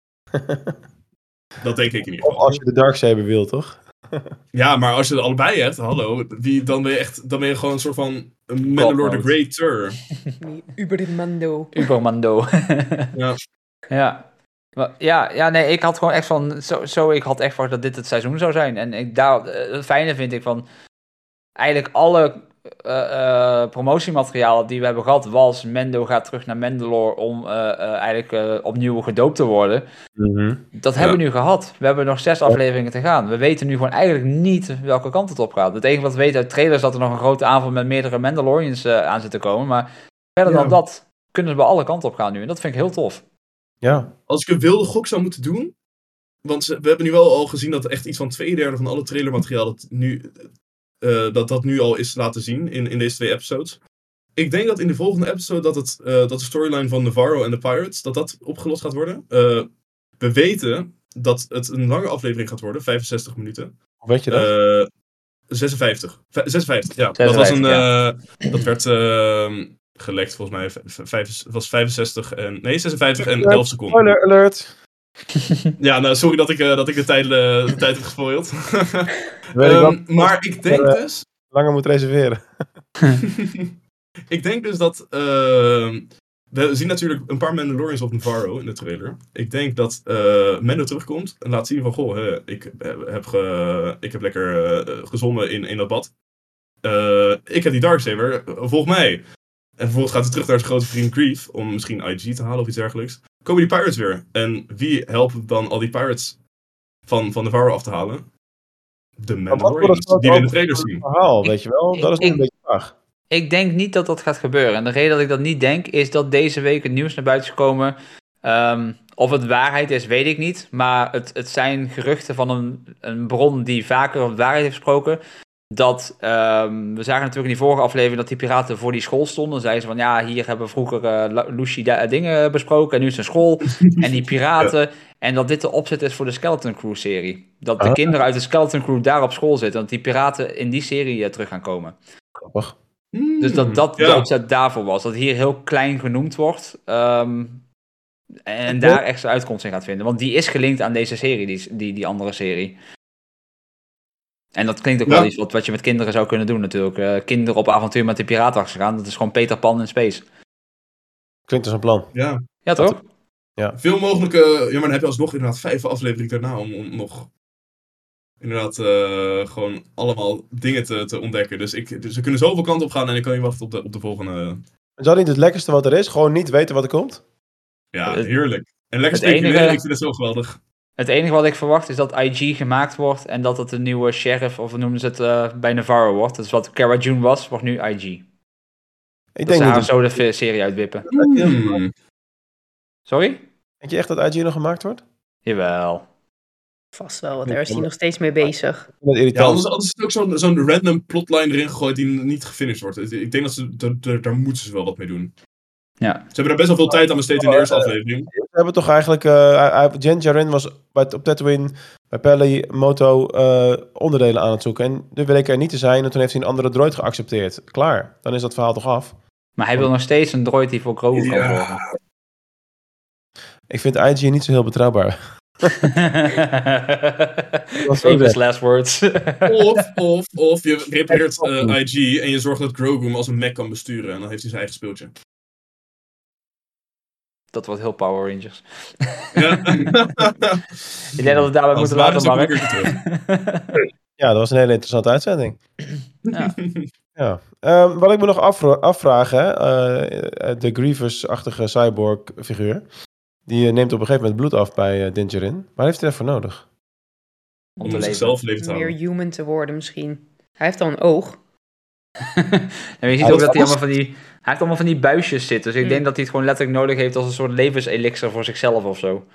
Dat denk ik in ieder geval. Of als je de Darksaber wil, toch? Ja, maar als je het allebei hebt, hallo, wie, dan, ben je echt, dan ben je gewoon een soort van Mandalore the Greater. Ubermando. Ubermando. ja. Ja. Ja, ja, nee, ik had gewoon echt van, zo, zo ik had echt verwacht dat dit het seizoen zou zijn. En ik, daar, het fijne vind ik van, eigenlijk alle uh, uh, promotiemateriaal die we hebben gehad was, Mando gaat terug naar Mandalore om uh, uh, eigenlijk uh, opnieuw gedoopt te worden. Mm-hmm. Dat ja. hebben we nu gehad. We hebben nog zes afleveringen te gaan. We weten nu gewoon eigenlijk niet welke kant het op gaat. Het enige wat we weten uit trailers is dat er nog een grote aanval met meerdere Mandalorians uh, aan zit te komen. Maar verder ja. dan dat kunnen ze bij alle kanten op gaan nu. En dat vind ik heel tof. Ja. Als ik een wilde gok zou moeten doen, want we hebben nu wel al gezien dat echt iets van twee derde van alle trailermateriaal dat nu, uh, dat, dat nu al is laten zien in, in deze twee episodes. Ik denk dat in de volgende episode dat, het, uh, dat de storyline van Navarro en de Pirates, dat dat opgelost gaat worden. Uh, we weten dat het een lange aflevering gaat worden, vijfenzestig minuten. Hoe weet je dat? Uh, zesenvijftig. zesenvijftig, ja. zesenvijftig, dat was een, ja. Uh, dat werd uh, gelekt volgens mij. Het was vijfenzestig en, nee, zesenvijftig en elf seconden. Spoiler alert. Ja, nou, sorry dat ik, uh, dat ik de, tijd, uh, de tijd heb gespoild. um, maar ik denk uh, dus... Langer moet reserveren. Ik denk dus dat... Uh, we zien natuurlijk een paar Mandalorians op Navarro in de trailer. Ik denk dat uh, Mando terugkomt en laat zien van... Goh, uh, ik, heb ge, ik heb lekker uh, gezongen in, in dat bad. Uh, ik heb die Darksaber, volg mij. En vervolgens gaat hij terug naar zijn grote vriend Greef... om misschien I G te halen of iets dergelijks. Komen die pirates weer. En wie helpt dan al die pirates van, van Navarro af te halen? De Mandalorians, die we in de trailer zien. Verhaal, weet je wel? Dat is nog een beetje vaag. Ik denk niet dat dat gaat gebeuren. En de reden dat ik dat niet denk, is dat deze week het nieuws naar buiten is gekomen. Um, of het waarheid is, weet ik niet. Maar het, het zijn geruchten van een, een bron die vaker op de waarheid heeft gesproken. Dat, um, we zagen natuurlijk in die vorige aflevering dat die piraten voor die school stonden. Zeiden ze van, ja, hier hebben we vroeger uh, Lucy da- dingen besproken en nu is het een school. En die piraten, ja. En dat dit de opzet is voor de Skeleton Crew serie. Dat de ah. kinderen uit de Skeleton Crew daar op school zitten. Dat die piraten in die serie uh, terug gaan komen. Grappig. Dus dat dat ja. de opzet daarvoor was. Dat hier heel klein genoemd wordt. Um, en daar extra uitkomst in gaat vinden. Want die is gelinkt aan deze serie, die, die, die andere serie. En dat klinkt ook ja. wel iets wat, wat je met kinderen zou kunnen doen natuurlijk. Uh, kinderen op avontuur met de piraten achter gaan. Dat is gewoon Peter Pan in space. Klinkt als een plan. Ja, ja toch? Ja. Veel mogelijke... Ja, maar dan heb je alsnog inderdaad vijf afleveringen daarna om, om nog... Inderdaad, uh, gewoon allemaal dingen te, te ontdekken. Dus, ik, dus we kunnen zoveel kanten op gaan en ik kan niet wachten op de, op de volgende... Is dat niet het lekkerste wat er is? Gewoon niet weten wat er komt? Ja, heerlijk. En lekker speculeren, enige... ik vind het zo geweldig. Het enige wat ik verwacht is dat I G gemaakt wordt en dat het een nieuwe sheriff, of noemen ze het, uh, bij Navarro wordt. Dat is wat Cara Dune was, wordt nu I G. Ik dat denk ze haar zo de serie uitwippen. Mm. Sorry? Denk je echt dat I G nog gemaakt wordt? Jawel. Vast wel, want daar is hij nog steeds mee bezig. Ja, anders, anders is het ook zo'n, zo'n random plotline erin gegooid die niet gefinished wordt. Ik denk dat ze, daar, daar, daar moeten ze wel wat mee doen. Ja. Ze hebben er best wel veel tijd aan besteed in de eerste aflevering. We hebben toch eigenlijk... Uh, Jen Djarin was bij, op Tatooine bij Peli Moto uh, onderdelen aan het zoeken. En nu bleek er niet te zijn en toen heeft hij een andere droid geaccepteerd. Klaar, dan is dat verhaal toch af. Maar hij wil nog steeds een droid die voor Grogu kan ja. worden. Ik vind I G niet zo heel betrouwbaar. Famous last words. of, of, of je repareert uh, I G en je zorgt dat Grogu hem als een mech kan besturen. En dan heeft hij zijn eigen speeltje. Dat wordt heel Power Rangers. Ja. Ik denk dat we daarbij moeten laten, Mark. Ja, dat was een hele interessante uitzending. Ja. Ja. Um, wat ik me nog afvra- afvraag, hè, uh, de Grievous-achtige cyborg-figuur, die uh, neemt op een gegeven moment bloed af bij uh, Din Djarin. Waar heeft hij daarvoor nodig? Om, Om zichzelf leven te houden. Meer human te worden misschien. Hij heeft al een oog. En je ziet ja, ook dat hij allemaal van die... Hij heeft allemaal van die buisjes zitten. Dus ik mm. denk dat hij het gewoon letterlijk nodig heeft als een soort levenselixer voor zichzelf of zo.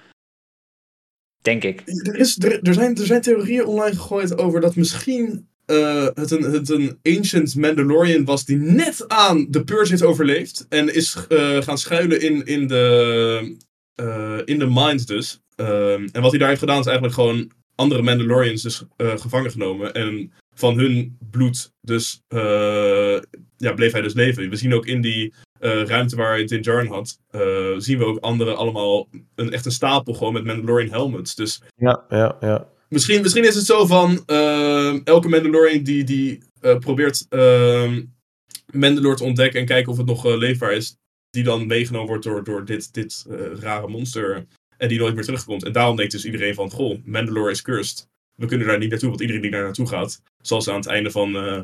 Denk ik. Er, is, er, er, zijn, er zijn theorieën online gegooid over dat misschien uh, het, een, het een ancient Mandalorian was die net aan de Purge heeft overleefd. En is uh, gaan schuilen in, in, de, uh, in de Mind dus. Uh, en wat hij daar heeft gedaan is eigenlijk gewoon andere Mandalorians dus uh, gevangen genomen. En van hun bloed dus, uh, ja, bleef hij dus leven. We zien ook in die uh, ruimte waar hij Din Djarin had, uh, zien we ook anderen allemaal, een echte stapel gewoon met Mandalorian helmets. Dus ja, ja, ja. Misschien, misschien is het zo van, uh, elke Mandalorian die, die uh, probeert uh, Mandalore te ontdekken en kijken of het nog uh, leefbaar is, die dan meegenomen wordt door, door dit, dit uh, rare monster en die nooit meer terugkomt. En daarom denkt dus iedereen van, goh, Mandalore is cursed. We kunnen daar niet naartoe, want iedereen die daar naartoe gaat, zoals ze aan het einde van uh,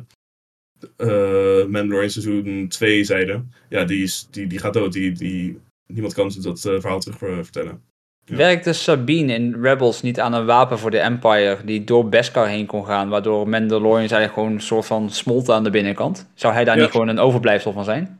uh, Mandalorian seizoen twee zeiden, ja, die, is, die, die gaat dood. Die, die, niemand kan dat uh, verhaal terug uh, vertellen. Ja. Werkte Sabine in Rebels niet aan een wapen voor de Empire die door Beskar heen kon gaan, waardoor Mandalorians eigenlijk gewoon een soort van smolten aan de binnenkant? Zou hij daar ja. niet gewoon een overblijfsel van zijn?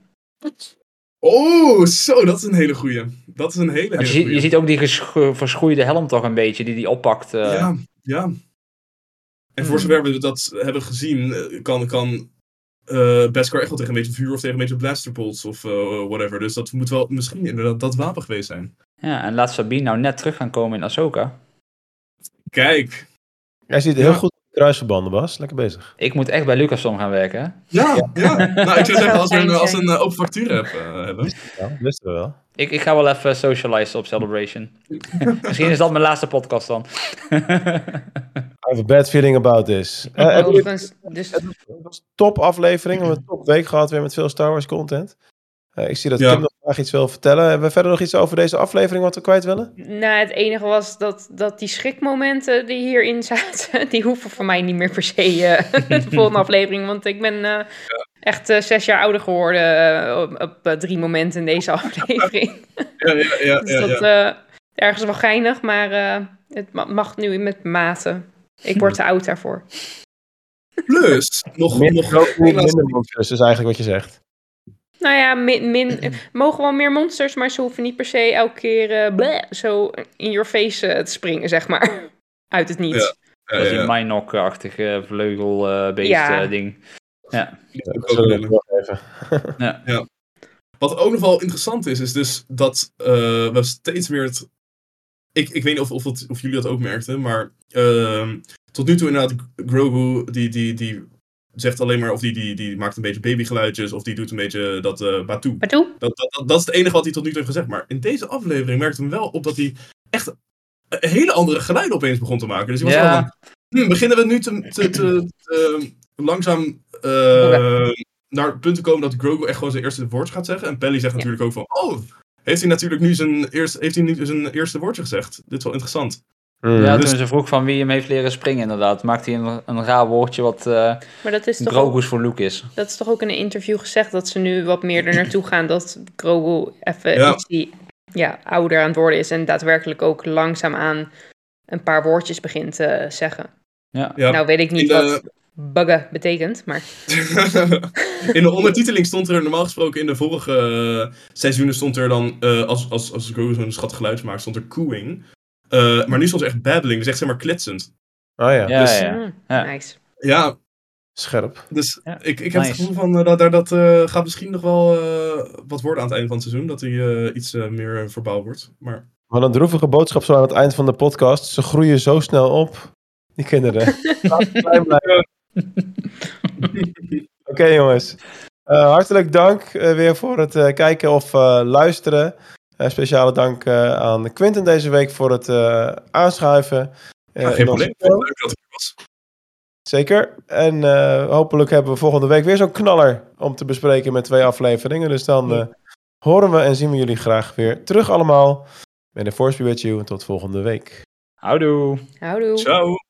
Oh, zo, dat is een hele goeie. Dat is een hele, hele je, ziet, je ziet ook die gescho- verschroeide helm toch een beetje, die die oppakt. Uh... Ja, ja. En voor zover we dat hebben gezien, kan, kan uh, Beskar echt wel tegen een beetje vuur of tegen een beetje blasterbolts of uh, whatever. Dus dat moet wel misschien inderdaad dat wapen geweest zijn. Ja, en laat Sabine nou net terug gaan komen in Ahsoka. Kijk. Jij ziet heel ja. goed kruisverbanden, Bas. Lekker bezig. Ik moet echt bij Lucasfilm gaan werken, hè? Ja, ja. ja. Nou, ik zou zeggen, als we een, als een uh, open factuur heb, uh, hebben. Ja, wisten we wel. Ik, ik ga wel even socializen op Celebration. Misschien is dat mijn laatste podcast dan. I have a bad feeling about this. Uh, hebben jullie- Dus, Het was een top aflevering. We hebben een top week gehad weer met veel Star Wars content. Uh, ik zie dat Ja. Kim nog graag iets wil vertellen. Hebben we verder nog iets over deze aflevering wat we kwijt willen? nou, het enige was dat, dat die schrikmomenten die hierin zaten, die hoeven voor mij niet meer per se uh, de volgende aflevering. Want ik ben uh, echt uh, zes jaar ouder geworden uh, op, op uh, drie momenten in deze aflevering. Ja, ja, ja, Dus ja, dat ja. uh, ergens wel geinig, maar uh, het ma- mag nu met mate. Ik word te oud daarvoor. Plus, nog, Minder, nog groot, één laatste- minder monsters is eigenlijk wat je zegt. Nou ja, min, min, mogen wel meer monsters, maar ze hoeven niet per se elke keer uh, bleh, zo in your face uh, te springen, zeg maar. Uit het niets. Ja, Dat is ja, die ja. Minok-achtige vleugelbeest Ja. uh, ding. Ja. Die Ja, zou ik dat ook zullen we willen. nog wel even. Ja. Wat ook nog wel interessant is, is dus dat uh, we steeds meer het... Ik, ik weet niet of, of, het, of jullie dat ook merkten, maar uh, tot nu toe inderdaad Grogu, die, die, die zegt alleen maar, of die, die, die maakt een beetje babygeluidjes, of die doet een beetje dat uh, Batuu. Batuu? Dat, dat, dat, dat is het enige wat hij tot nu toe heeft gezegd. Maar in deze aflevering merkte hem wel op dat hij echt een hele andere geluiden opeens begon te maken. Dus hij was Ja. wel van, hm, beginnen we nu te, te, te, te- langzaam uh, Oké. naar het punt te komen dat Grogu echt gewoon zijn eerste woord gaat zeggen. En Pelly zegt natuurlijk ook van, oh, heeft hij natuurlijk nu zijn eerste, heeft hij nu zijn eerste woordje gezegd. Dit is wel interessant. Mm. Ja, Dus- toen ze vroeg van wie hem heeft leren springen inderdaad, maakte hij een, een raar woordje wat uh, Maar dat is, toch ook, Grogu's voor Luke is. dat is toch ook in een interview gezegd dat ze nu wat meer er naartoe gaan. Dat Grogu even Ja. iets ja, ouder aan het worden is. En daadwerkelijk ook langzaamaan een paar woordjes begint te zeggen. Ja. Ja. Nou weet ik niet In de- wat buggen betekent, maar... In de ondertiteling stond er normaal gesproken in de vorige uh, seizoenen stond er dan, uh, als, als, als Grogu zo'n schat geluid maakt, stond er cooing. Uh, maar nu stond er echt babbling, dus echt zeg maar kletsend. Oh ja, Ja, Dus- ja. Mm, Ja. Nice. Ja, scherp. dus Ja, ik, ik heb nice. het gevoel van uh, dat dat, dat uh, gaat misschien nog wel uh, wat worden aan het einde van het seizoen. Dat hij uh, iets uh, meer uh, verbaal wordt. Maar Wat een droevige boodschap zo aan het eind van de podcast. Ze groeien zo snel op. Die kinderen. Laten we klein blijven. Oké okay, jongens. Uh, hartelijk dank uh, weer voor het uh, kijken of uh, luisteren. Uh, speciale dank uh, aan Quinten deze week voor het uh, aanschuiven. Uh, ja, geen in probleem. onze- Leuk dat ik er was. Zeker. En uh, hopelijk hebben we volgende week weer zo'n knaller om te bespreken met twee afleveringen. Dus dan uh, horen we en zien we jullie graag weer terug allemaal. May the Force be with you en tot volgende week. Houdoe. Houdoe. Ciao.